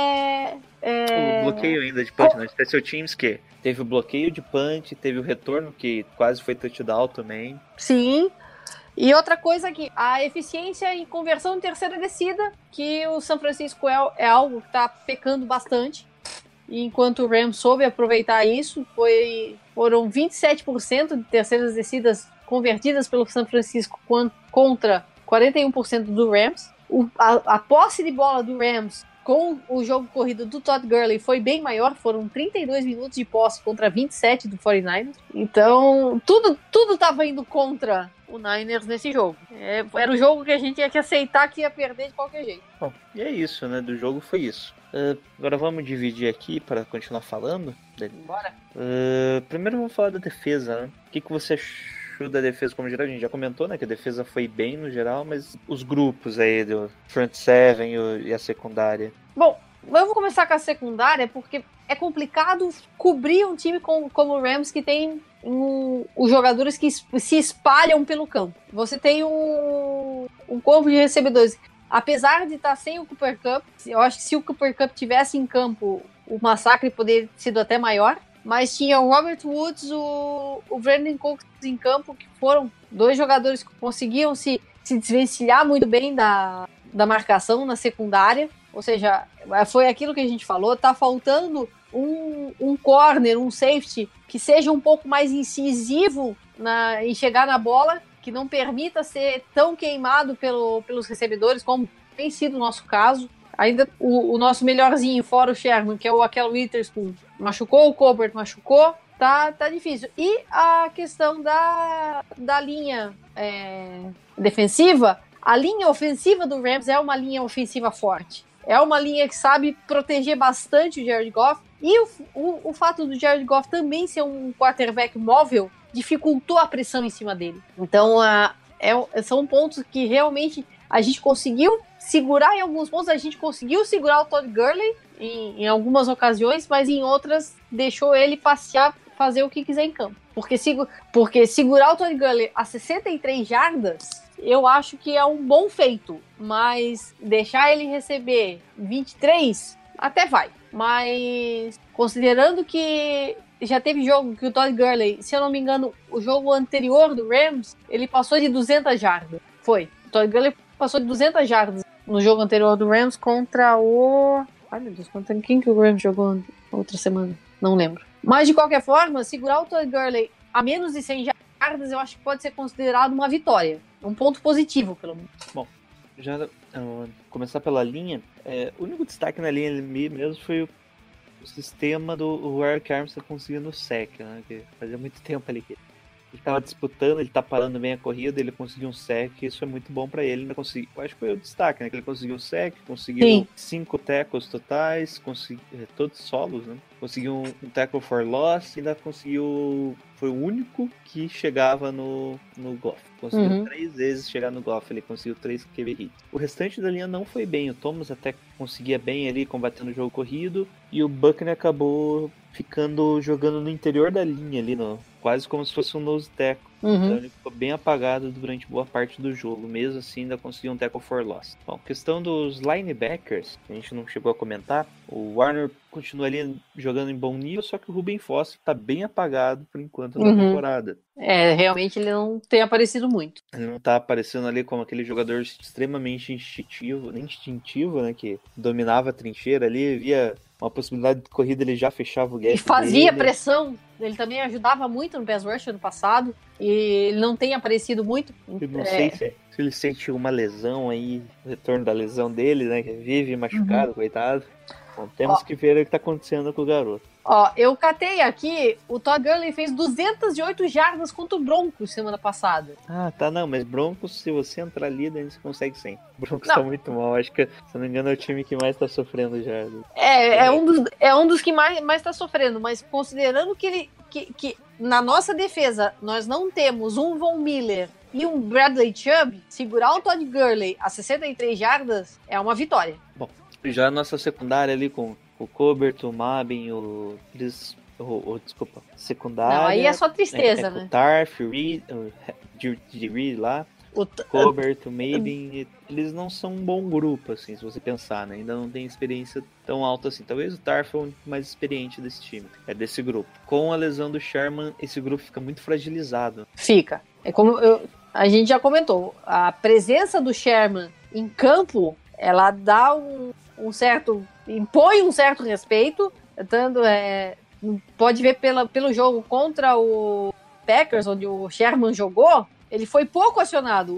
O bloqueio ainda de punch, né? Special Teams que teve o bloqueio de punch, teve o retorno que quase foi touchdown também. Sim. E outra coisa aqui, a eficiência em conversão em terceira descida, que o São Francisco é algo que está pecando bastante. Enquanto o Rams soube aproveitar isso, foram 27% de terceiras descidas convertidas pelo São Francisco contra 41% do Rams. A posse de bola do Rams com o jogo corrido do Todd Gurley foi bem maior, foram 32 minutos de posse contra 27 do 49ers. Então, tudo estava indo contra o Niners nesse jogo. Era o jogo que a gente tinha que aceitar que ia perder de qualquer jeito. Bom, e é isso, né? Do jogo foi isso. Agora vamos dividir aqui para continuar falando. Bora. Primeiro vamos falar da defesa, né? O que você achou da defesa como geral? A gente já comentou, né? Que a defesa foi bem no geral, mas os grupos aí do front seven e a secundária. Bom, eu vou começar com a secundária porque é complicado cobrir um time como o Rams que tem os jogadores que se espalham pelo campo. Você tem um corpo de recebedores. Apesar de estar sem o Cooper Kupp, eu acho que se o Cooper Kupp tivesse em campo, o massacre poderia ter sido até maior. Mas tinha o Robert Woods, o Brandon Cooks em campo, que foram 2 jogadores que conseguiam se desvencilhar muito bem da marcação na secundária. Ou seja, foi aquilo que a gente falou, tá faltando um corner, um safety, que seja um pouco mais incisivo em chegar na bola, que não permita ser tão queimado pelos recebedores, como tem sido o nosso caso. Ainda o nosso melhorzinho, fora o Sherman, que é o Akel Witherspoon, machucou, o Colbert machucou, tá difícil. E a questão da linha defensiva, a linha ofensiva do Rams é uma linha ofensiva forte. É uma linha que sabe proteger bastante o Jared Goff. E o fato do Jared Goff também ser um quarterback móvel dificultou a pressão em cima dele. Então, são pontos que realmente a gente conseguiu segurar em alguns pontos. A gente conseguiu segurar o Todd Gurley em algumas ocasiões, mas em outras deixou ele passear, fazer o que quiser em campo. Porque segurar o Todd Gurley a 63 jardas, eu acho que é um bom feito. Mas deixar ele receber 23, até vai. Mas considerando que já teve jogo que o Todd Gurley, se eu não me engano, o jogo anterior do Rams, ele passou de 200 jardas. Foi. O Todd Gurley passou de 200 jardas no jogo anterior do Rams contra o... Ai, meu Deus, contra quem que o Rams jogou outra semana? Não lembro. Mas, de qualquer forma, segurar o Todd Gurley a menos de 100 jardas, eu acho que pode ser considerado uma vitória. Um ponto positivo, pelo menos. Bom, já começar pela linha, o único destaque na linha mesmo foi o sistema do Eric Armstead conseguindo o sec, né? Que fazia muito tempo ali que ele tava disputando, ele tá parando bem a corrida, ele conseguiu um sec, isso é muito bom pra ele. Ainda conseguiu, eu acho que foi o destaque, né? Que ele conseguiu o sec, conseguiu 5 tackles totais, todos solos, né? Conseguiu um tackle for loss e ainda conseguiu. Foi o único que chegava no Goff. Conseguiu 3 vezes chegar no Goff, ele conseguiu 3 QB hits. O restante da linha não foi bem, o Thomas até conseguia bem ali, combatendo o jogo corrido, e o Buckner acabou jogando no interior da linha ali, quase como se fosse um nose tackle. Então ele ficou bem apagado durante boa parte do jogo, mesmo assim ainda conseguiu um tackle for loss. Bom, questão dos linebackers, a gente não chegou a comentar, o Warner continua ali jogando em bom nível, só que o Ruben Foster tá bem apagado por enquanto na temporada. Realmente ele não tem aparecido muito. Ele não tá aparecendo ali como aquele jogador extremamente instintivo, né, que dominava a trincheira ali, via uma possibilidade de corrida, ele já fechava o gap. E fazia pressão, ele também ajudava muito no pass rush ano passado, e ele não tem aparecido muito. Eu não sei se ele sente uma lesão aí, o retorno da lesão dele, né, que vive machucado, coitado. Bom, temos que ver o que tá acontecendo com o garoto. Eu catei aqui, o Todd Gurley fez 208 jardas contra o Broncos semana passada. Não, mas Broncos, se você entrar ali, daí você consegue 100. Broncos tá muito mal, acho que, se não me engano, é o time que mais tá sofrendo já. É um dos que mais tá sofrendo, mas considerando que na nossa defesa nós não temos um Von Miller e um Bradley Chubb, segurar o Todd Gurley a 63 jardas é uma vitória. Bom, já a nossa secundária ali com o Colbert, o Mabin, secundária. Não, aí é só tristeza, né? O Tarf, o Reed lá, o Colbert, o Mabin, eles não são um bom grupo, assim, se você pensar, né? Ainda não tem experiência tão alta assim. Talvez o Tarf é o mais experiente desse time, desse grupo. Com a lesão do Sherman, esse grupo fica muito fragilizado. Fica. É como a gente já comentou, a presença do Sherman em campo, ela dá impõe um certo respeito, tanto pode ver pelo jogo contra o Packers, onde o Sherman jogou, ele foi pouco acionado.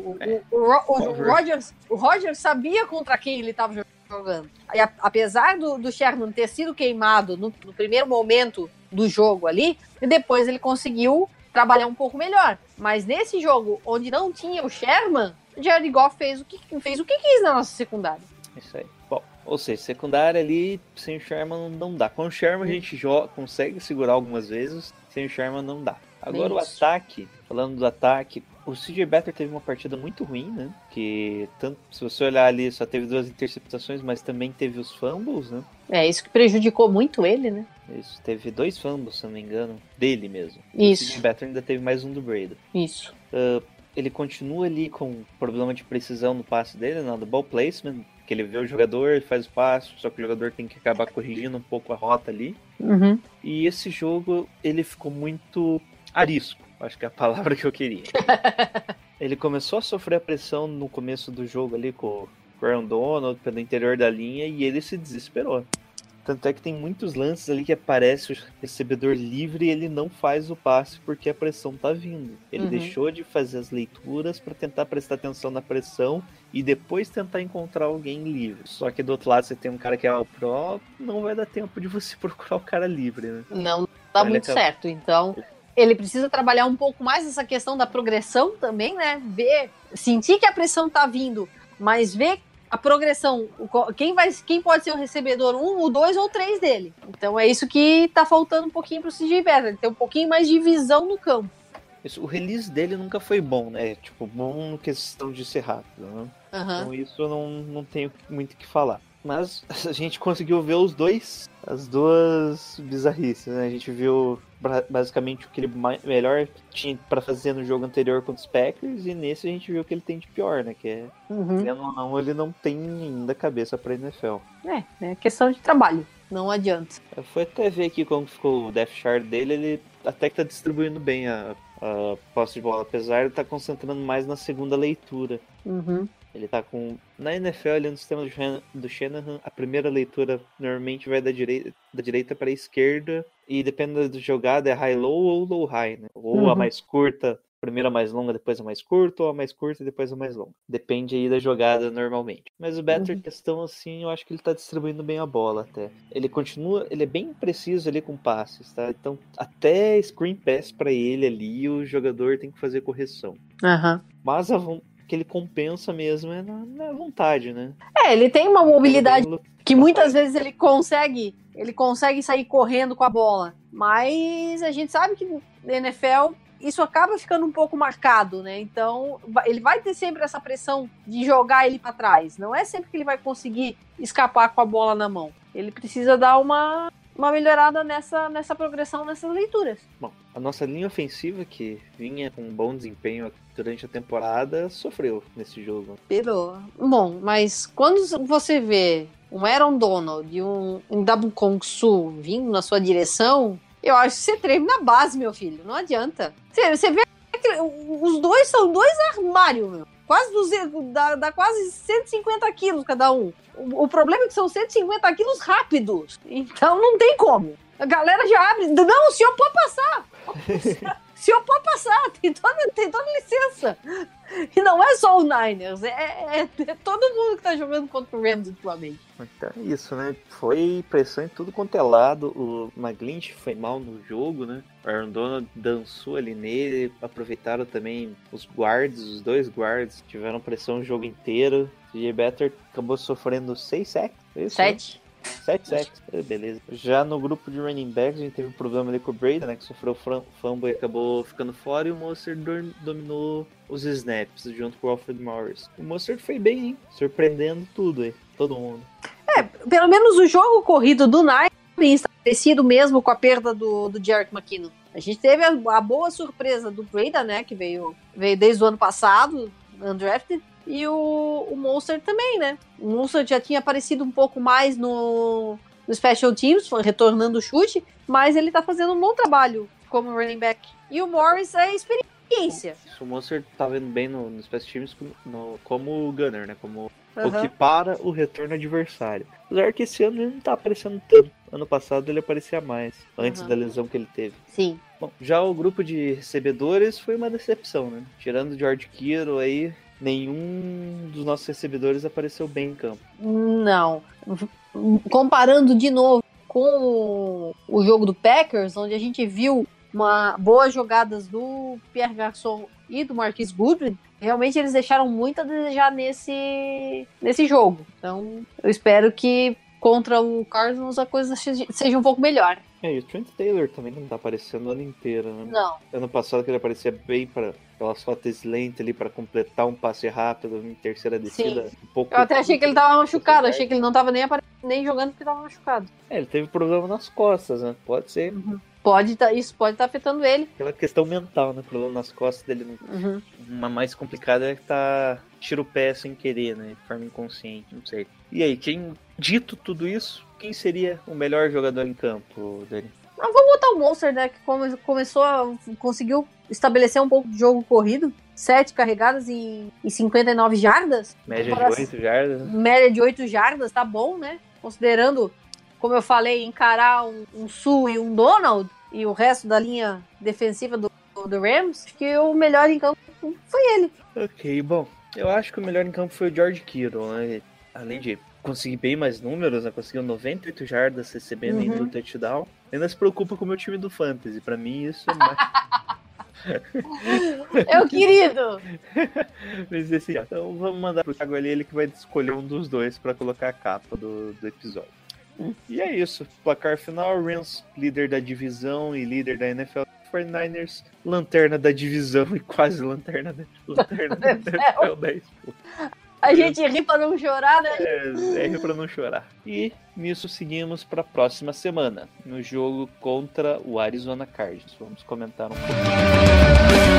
O Rodgers sabia contra quem ele estava jogando. E apesar do Sherman ter sido queimado no primeiro momento do jogo ali, e depois ele conseguiu trabalhar um pouco melhor. Mas nesse jogo, onde não tinha o Sherman, o Jared Goff fez o que quis na nossa secundária. Isso aí. Bom, ou seja, secundária ali, sem o Sherman não dá. Com o Sherman a gente consegue segurar algumas vezes, sem o Sherman não dá. Agora o ataque, falando do ataque, o CJ Beathard teve uma partida muito ruim, né? Que tanto, se você olhar ali, só teve 2 interceptações, mas também teve os fumbles, né? Isso que prejudicou muito ele, né? Isso, teve 2 fumbles, se não me engano, dele mesmo. Isso. O CJ Beathard ainda teve mais um do Brady. Isso. Ele continua ali com problema de precisão no passe dele, do ball placement, que ele vê o jogador, ele faz o passe, só que o jogador tem que acabar corrigindo um pouco a rota ali. E esse jogo, ele ficou muito arisco, acho que é a palavra que eu queria. Ele começou a sofrer a pressão no começo do jogo ali com o Aaron Donald pelo interior da linha e ele se desesperou. Tanto é que tem muitos lances ali que aparece o recebedor livre e ele não faz o passe porque a pressão tá vindo. Ele deixou de fazer as leituras para tentar prestar atenção na pressão e depois tentar encontrar alguém livre. Só que do outro lado você tem um cara que é o pro, não vai dar tempo de você procurar o cara livre, né? Não dá muito certo, então ele precisa trabalhar um pouco mais essa questão da progressão também, né? Sentir que a pressão tá vindo, mas ver a progressão, quem pode ser o recebedor, 1, o 2 ou 3 dele. Então é isso que tá faltando um pouquinho pro CJ Beathard, ter um pouquinho mais de visão no campo. O release dele nunca foi bom, né? Tipo, bom na questão de ser rápido, né? Então isso eu não tenho muito o que falar. Mas a gente conseguiu ver as duas bizarrices, né? A gente viu basicamente o que ele melhor tinha para fazer no jogo anterior contra os Packers e nesse a gente viu o que ele tem de pior, né? Que é, ele não tem ainda cabeça para NFL. É questão de trabalho, não adianta. Eu fui até ver aqui como ficou o depth chart dele, ele até que tá distribuindo bem a posse de bola, apesar de estar concentrando mais na segunda leitura. Ele tá com... Na NFL, ali no sistema do Shanahan, a primeira leitura normalmente vai da direita para a esquerda e dependendo da jogada é high-low ou low-high, né? Ou a mais curta Primeiro a mais longa, depois a mais curta, ou a mais curta e depois a mais longa. Depende aí da jogada normalmente. Mas o Better, questão assim, eu acho que ele tá distribuindo bem a bola até. Ele é bem preciso ali com passes, tá? Então, até screen pass pra ele ali, o jogador tem que fazer correção. Mas que ele compensa mesmo é na vontade, né? Ele tem uma mobilidade que muitas vezes ele consegue sair correndo com a bola. Mas a gente sabe que na NFL isso acaba ficando um pouco marcado, né? Então, ele vai ter sempre essa pressão de jogar ele para trás. Não é sempre que ele vai conseguir escapar com a bola na mão. Ele precisa dar uma melhorada nessa progressão, nessas leituras. Bom, a nossa linha ofensiva, que vinha com um bom desempenho durante a temporada, sofreu nesse jogo. Bom, mas quando você vê um Aaron Donald e um Ndamukong Suh vindo na sua direção, eu acho que você treme na base, meu filho. Não adianta. Você vê os dois são dois armários, meu. Quase 200, dá quase 150 quilos cada um. O problema é que são 150 quilos rápidos. Então não tem como. A galera já abre. Não, o senhor pode passar. O senhor pode passar. Tem toda licença. E não é só o Niners. É todo mundo que tá jogando contra o Rams ultimamente. Então é isso, né? Foi pressão em tudo quanto é lado. O McGlinchey foi mal no jogo, né? O Aaron Donald dançou ali nele. Aproveitaram também os dois guards. Tiveram pressão o jogo inteiro. O TJ Better acabou sofrendo 6 sacks. 7 sacks, beleza. Já no grupo de running backs, a gente teve um problema ali com o Brady, né? Que sofreu fumble e acabou ficando fora. E o Mostert dominou os snaps junto com o Alfred Morris. O Mostert foi bem, hein? Surpreendendo tudo aí, todo mundo. Pelo menos o jogo corrido do Niners bem estabelecido mesmo com a perda do Jerick McKinnon. A gente teve a boa surpresa do Brady, né? Que veio desde o ano passado, undrafted. E o Mostert também, né? O Mostert já tinha aparecido um pouco mais no Special Teams, retornando o chute, mas ele tá fazendo um bom trabalho como running back. E o Morris é experiência. O Mostert tá vendo bem no Special Teams como o gunner, né? Como o que para o retorno adversário. Apesar que esse ano ele não tá aparecendo tanto. Ano passado ele aparecia mais, antes da lesão que ele teve. Sim. Bom, já o grupo de recebedores foi uma decepção, né? Tirando o George Kittle aí, nenhum dos nossos recebedores apareceu bem em campo. Não. Comparando de novo com o jogo do Packers, onde a gente viu boas jogadas do Pierre Garçon e do Marquise Goodwin, realmente eles deixaram muito a desejar nesse jogo. Então, eu espero que contra o Cardinals a coisa seja um pouco melhor. E o Trent Taylor também não tá aparecendo o ano inteiro, né? Não. Ano passado que ele aparecia bem para aquelas rotas lentes ali para completar um passe rápido em terceira descida. Sim. Um pouco. Eu até achei que ele tava machucado, achei que ele não tava nem jogando porque tava machucado. Ele teve problema nas costas, né? Pode ser. Isso pode estar afetando ele. Aquela questão mental, né? Problema nas costas dele. Uma mais complicada é que tira o pé sem querer, né? De forma inconsciente, não sei. E aí, dito tudo isso, quem seria o melhor jogador em campo, Dani? Vamos botar o Mostert, né? Que conseguiu estabelecer um pouco de jogo corrido. 7 carregadas em 59 jardas. Média de 8 jardas. Média de 8 jardas, tá bom, né? Considerando, como eu falei, encarar um Suh e um Donald e o resto da linha defensiva do Rams, acho que o melhor em campo foi ele. Ok, bom. Eu acho que o melhor em campo foi o George Kittle, né? Além de conseguir bem mais números, né? Conseguiu 98 jardas recebendo em um touchdown. Ainda se preocupa com o meu time do Fantasy. Pra mim, isso é mais... Meu querido! Mas assim, então vamos mandar pro Thiago ali, ele que vai escolher um dos dois pra colocar a capa do episódio. E é isso. Placar final, Rams líder da divisão e líder da NFL. 49ers, lanterna da divisão e quase lanterna da NFL 10. A gente ri pra não chorar, né? Ri pra não chorar. E nisso seguimos pra próxima semana, no jogo contra o Arizona Cardinals. Vamos comentar um pouquinho.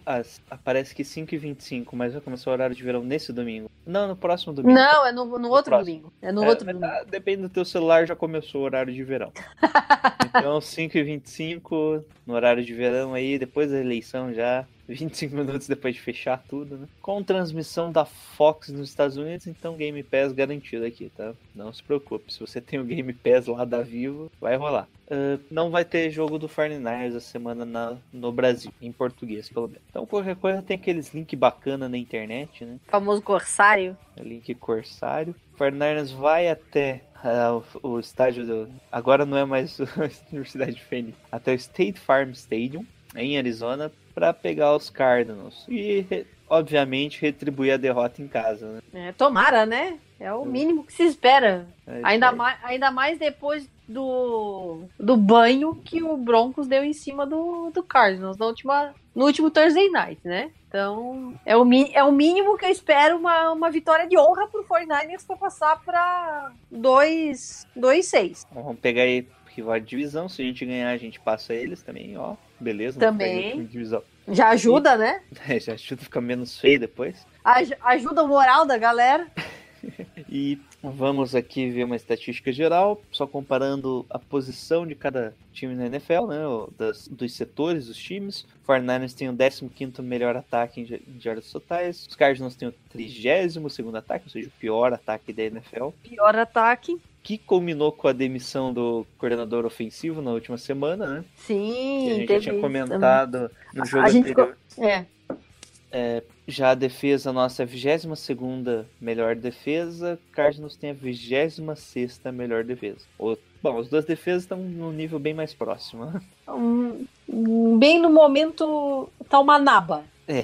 aparece que 5h25, mas vai começar o horário de verão nesse domingo. Não, no próximo domingo. Não, é no outro próximo. domingo. É no outro domingo. Depende do teu celular, já começou o horário de verão. Então, 5h25, no horário de verão aí, depois da eleição já, 25 minutos depois de fechar tudo, né? Com transmissão da Fox nos Estados Unidos, então Game Pass garantido aqui, tá? Não se preocupe, se você tem o Game Pass lá da Vivo, vai rolar. Não vai ter jogo do 49ers essa semana no Brasil, em português, pelo menos. Então, qualquer coisa, tem aqueles links bacana na internet, né? O famoso Corsário. Link Corsário. 49ers vai até o estádio do... Agora não é mais a Universidade de Phoenix. Até o State Farm Stadium, em Arizona, para pegar os Cardinals. E, obviamente, retribuir a derrota em casa, né? Tomara, né? É o mínimo que se espera. É, ainda mais depois do banho que o Broncos deu em cima do Cardinals no último Thursday Night, né? Então, é o mínimo que eu espero, uma vitória de honra pro 49ers para passar para 2-6. Vamos pegar aí rival de divisão. Se a gente ganhar, a gente passa eles também, ó. Beleza. Também. Divisão. Já ajuda, né? Já ajuda a ficar menos feio depois. Ajuda o moral da galera. E vamos aqui ver uma estatística geral, só comparando a posição de cada time na NFL, né, dos setores dos times. O 49ers tem o 15º melhor ataque em jardas totais, os Cardinals têm o 30º ataque, ou seja, o pior ataque da NFL. Pior ataque. Que culminou com a demissão do coordenador ofensivo na última semana, né? Sim, que a gente já tinha comentado no jogo anterior. Já a defesa nossa é a 22ª melhor defesa, Cardinals tem a 26ª melhor defesa. Bom, as duas defesas estão num nível bem mais próximo. Né? Bem no momento tá uma naba.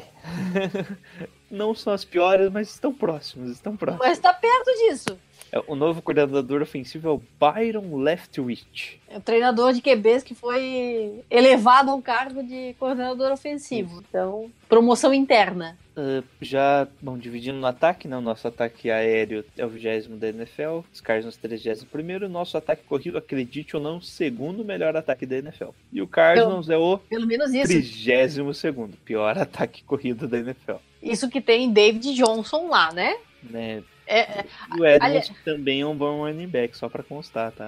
Não são as piores, mas estão próximos. Mas tá perto disso. O novo coordenador ofensivo é o Byron Leftwich. É o treinador de QBs que foi elevado ao cargo de coordenador ofensivo. Então, promoção interna. Dividindo no ataque, né? O nosso ataque aéreo é o 20º da NFL, os Cardinals 31º, e o nosso ataque corrido, acredite ou não, o 2º melhor ataque da NFL. E o Cardinals é o pelo menos isso. 32º pior ataque corrido da NFL. Isso que tem David Johnson lá, né? E o Edmonds também é um bom running back, só pra constar, tá?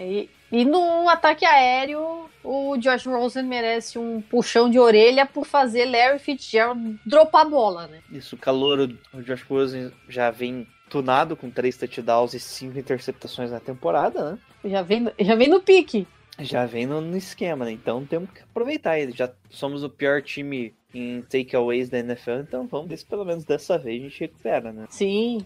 E no ataque aéreo, o Josh Rosen merece um puxão de orelha por fazer Larry Fitzgerald dropar a bola, né? Isso, o calouro, o Josh Rosen já vem tunado com 3 touchdowns e 5 interceptações na temporada, né? Já vem no pique. Já vem no esquema, né? Então temos que aproveitar ele. Já somos o pior time em takeaways da NFL, então vamos ver se pelo menos dessa vez a gente recupera, né? Sim.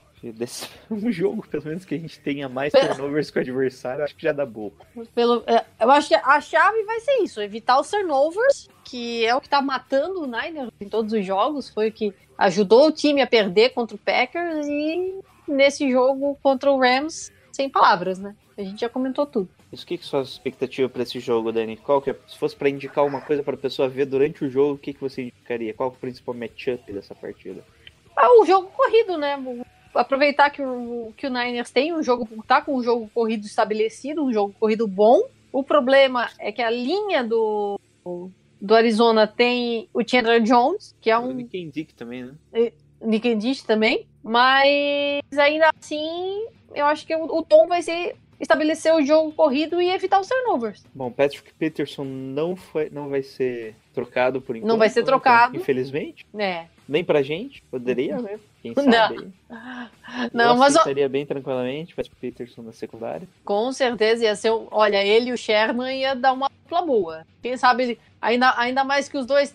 Um jogo, pelo menos, que a gente tenha mais turnovers com o adversário, acho que já dá boa. Eu acho que a chave vai ser isso, evitar os turnovers, que é o que tá matando o Niners em todos os jogos, foi o que ajudou o time a perder contra o Packers, e nesse jogo contra o Rams, sem palavras, né? A gente já comentou tudo. Isso, o que é sua expectativa para esse jogo, Dani? Se fosse para indicar uma coisa para a pessoa ver durante o jogo, o que você indicaria? Qual é o principal matchup dessa partida? O jogo corrido, né? Aproveitar que o Niners tem tá com um jogo corrido estabelecido, um jogo corrido bom. O problema é que a linha do Arizona tem o Chandler Jones, que é um... O Nick Dick também, né? Nick Dick também. Mas ainda assim, eu acho que o tom vai ser estabelecer o jogo corrido e evitar os turnovers. Bom, Patrick Peterson não vai ser trocado por enquanto. Não vai ser trocado. Infelizmente. Nem pra gente. Poderia, né? Quem sabe. Não, mas estaria bem tranquilamente. Patrick Peterson na secundária. Com certeza ia ser. Olha, ele e o Sherman ia dar uma dupla boa. Quem sabe, ainda mais que os dois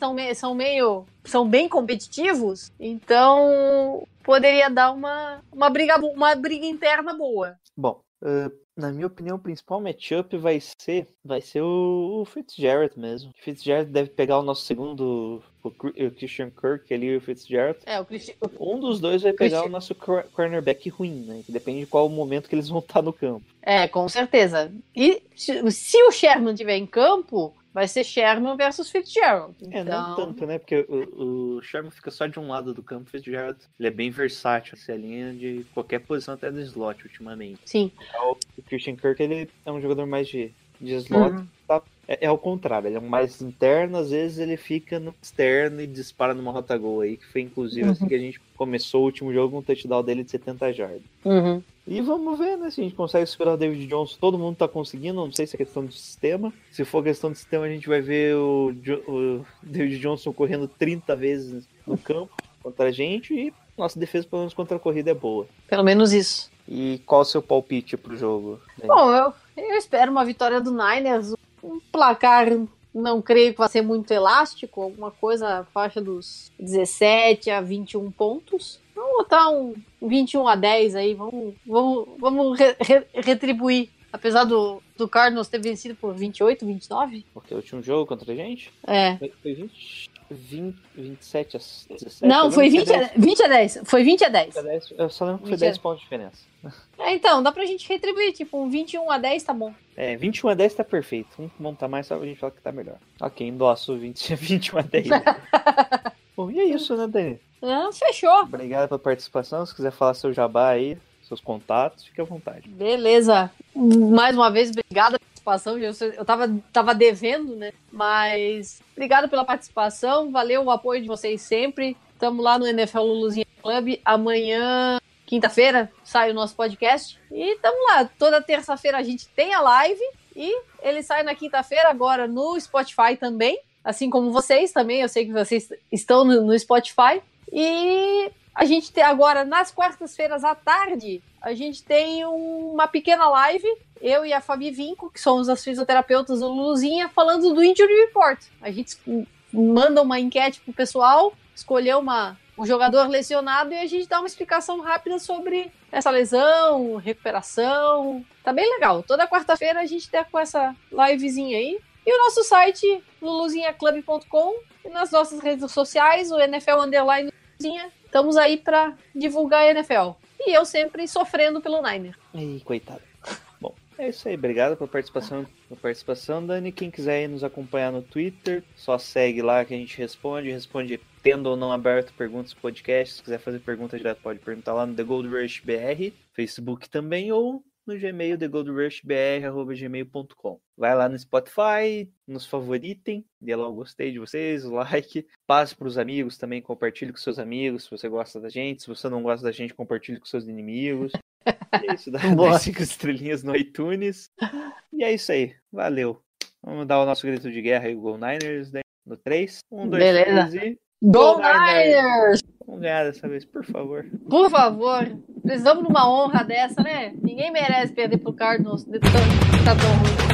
são bem competitivos. Então, poderia dar uma briga interna boa. Bom, na minha opinião, o principal matchup vai ser o Fitzgerald mesmo. O Fitzgerald deve pegar o nosso segundo, o Christian Kirk ali e o Fitzgerald. Um dos dois vai pegar o nosso cornerback ruim, né? Que depende de qual momento que eles vão estar no campo. Com certeza. E se o Sherman estiver em campo, vai ser Sherman versus Fitzgerald. Então... não tanto, né? Porque o Sherman fica só de um lado do campo, o Fitzgerald, ele é bem versátil, assim, a linha de qualquer posição, até do slot, ultimamente. Sim. O Christian Kirk, ele é um jogador mais de slot, tá É ao contrário, ele é um mais interno, às vezes ele fica no externo e dispara numa rota gol aí, que foi inclusive assim que a gente começou o último jogo com um touchdown dele de 70 jardas. E vamos ver, né, se a gente consegue superar o David Johnson. Todo mundo tá conseguindo, não sei se é questão de sistema. Se for questão de sistema, a gente vai ver o David Johnson correndo 30 vezes no campo contra a gente e nossa defesa, pelo menos contra a corrida, é boa. Pelo menos isso. E qual o seu palpite pro jogo? Bom, eu espero uma vitória do Niners. Um placar, não creio que vai ser muito elástico, alguma coisa na faixa dos 17 a 21 pontos. Vamos botar um 21-10 aí, vamos retribuir. Apesar do Cardinals ter vencido por 28, 29. Porque o último jogo contra a gente? É. Foi 27 a 17? Não, foi 20 a 10. Foi 20 a 10. Eu só lembro que foi 10 pontos de diferença. Então, dá pra gente retribuir, tipo, um 21-10 tá bom. 21-10 tá perfeito. Vamos montar mais só pra gente falar que tá melhor. Ok, endosso 21-10. Bom, e é isso, né, Dani? Fechou. Obrigado pela participação. Se quiser falar seu jabá aí, seus contatos, fique à vontade. Beleza. Mais uma vez, obrigada pela participação. Eu tava devendo, né? Mas obrigado pela participação. Valeu o apoio de vocês sempre. Estamos lá no NFL Luluzinha Club. Amanhã, quinta-feira, sai o nosso podcast. E estamos lá. Toda terça-feira a gente tem a live. E ele sai na quinta-feira agora no Spotify também. Assim como vocês também. Eu sei que vocês estão no Spotify. E a gente tem agora, nas quartas-feiras à tarde, a gente tem uma pequena live, eu e a Fabi Vinco, que somos as fisioterapeutas do Luluzinha, falando do Injury Report. A gente manda uma enquete pro pessoal, escolher um jogador lesionado e a gente dá uma explicação rápida sobre essa lesão, recuperação. Tá bem legal. Toda quarta-feira a gente tá com essa livezinha aí. E o nosso site, luluzinhaclub.com, e nas nossas redes sociais, o NFL_Luluzinha. Estamos aí pra divulgar a NFL. E eu sempre sofrendo pelo Niner. Ih, coitado. Bom, é isso aí. Obrigado pela participação, Dani. Quem quiser ir nos acompanhar no Twitter, só segue lá que a gente responde tendo ou não aberto perguntas no podcast. Se quiser fazer pergunta direto, pode perguntar lá no The Gold Rush BR, Facebook também, ou no Gmail, thegoldrushbr@gmail.com. Vai lá no Spotify, nos favoritem, dê lá o gostei de vocês, o like, passe para os amigos também, compartilhe com seus amigos, se você gosta da gente, se você não gosta da gente, compartilhe com seus inimigos. E é isso, dá 5 estrelinhas no iTunes. E é isso aí, valeu. Vamos dar o nosso grito de guerra aí, o Go Niners, né? No 3, 1, 2, Beleza. 3 e... Go Niners! Vamos ganhar dessa vez, por favor. Por favor, precisamos de uma honra dessa, né? Ninguém merece perder pro Cardinals, tá tão ruim.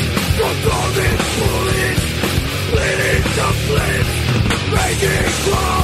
Making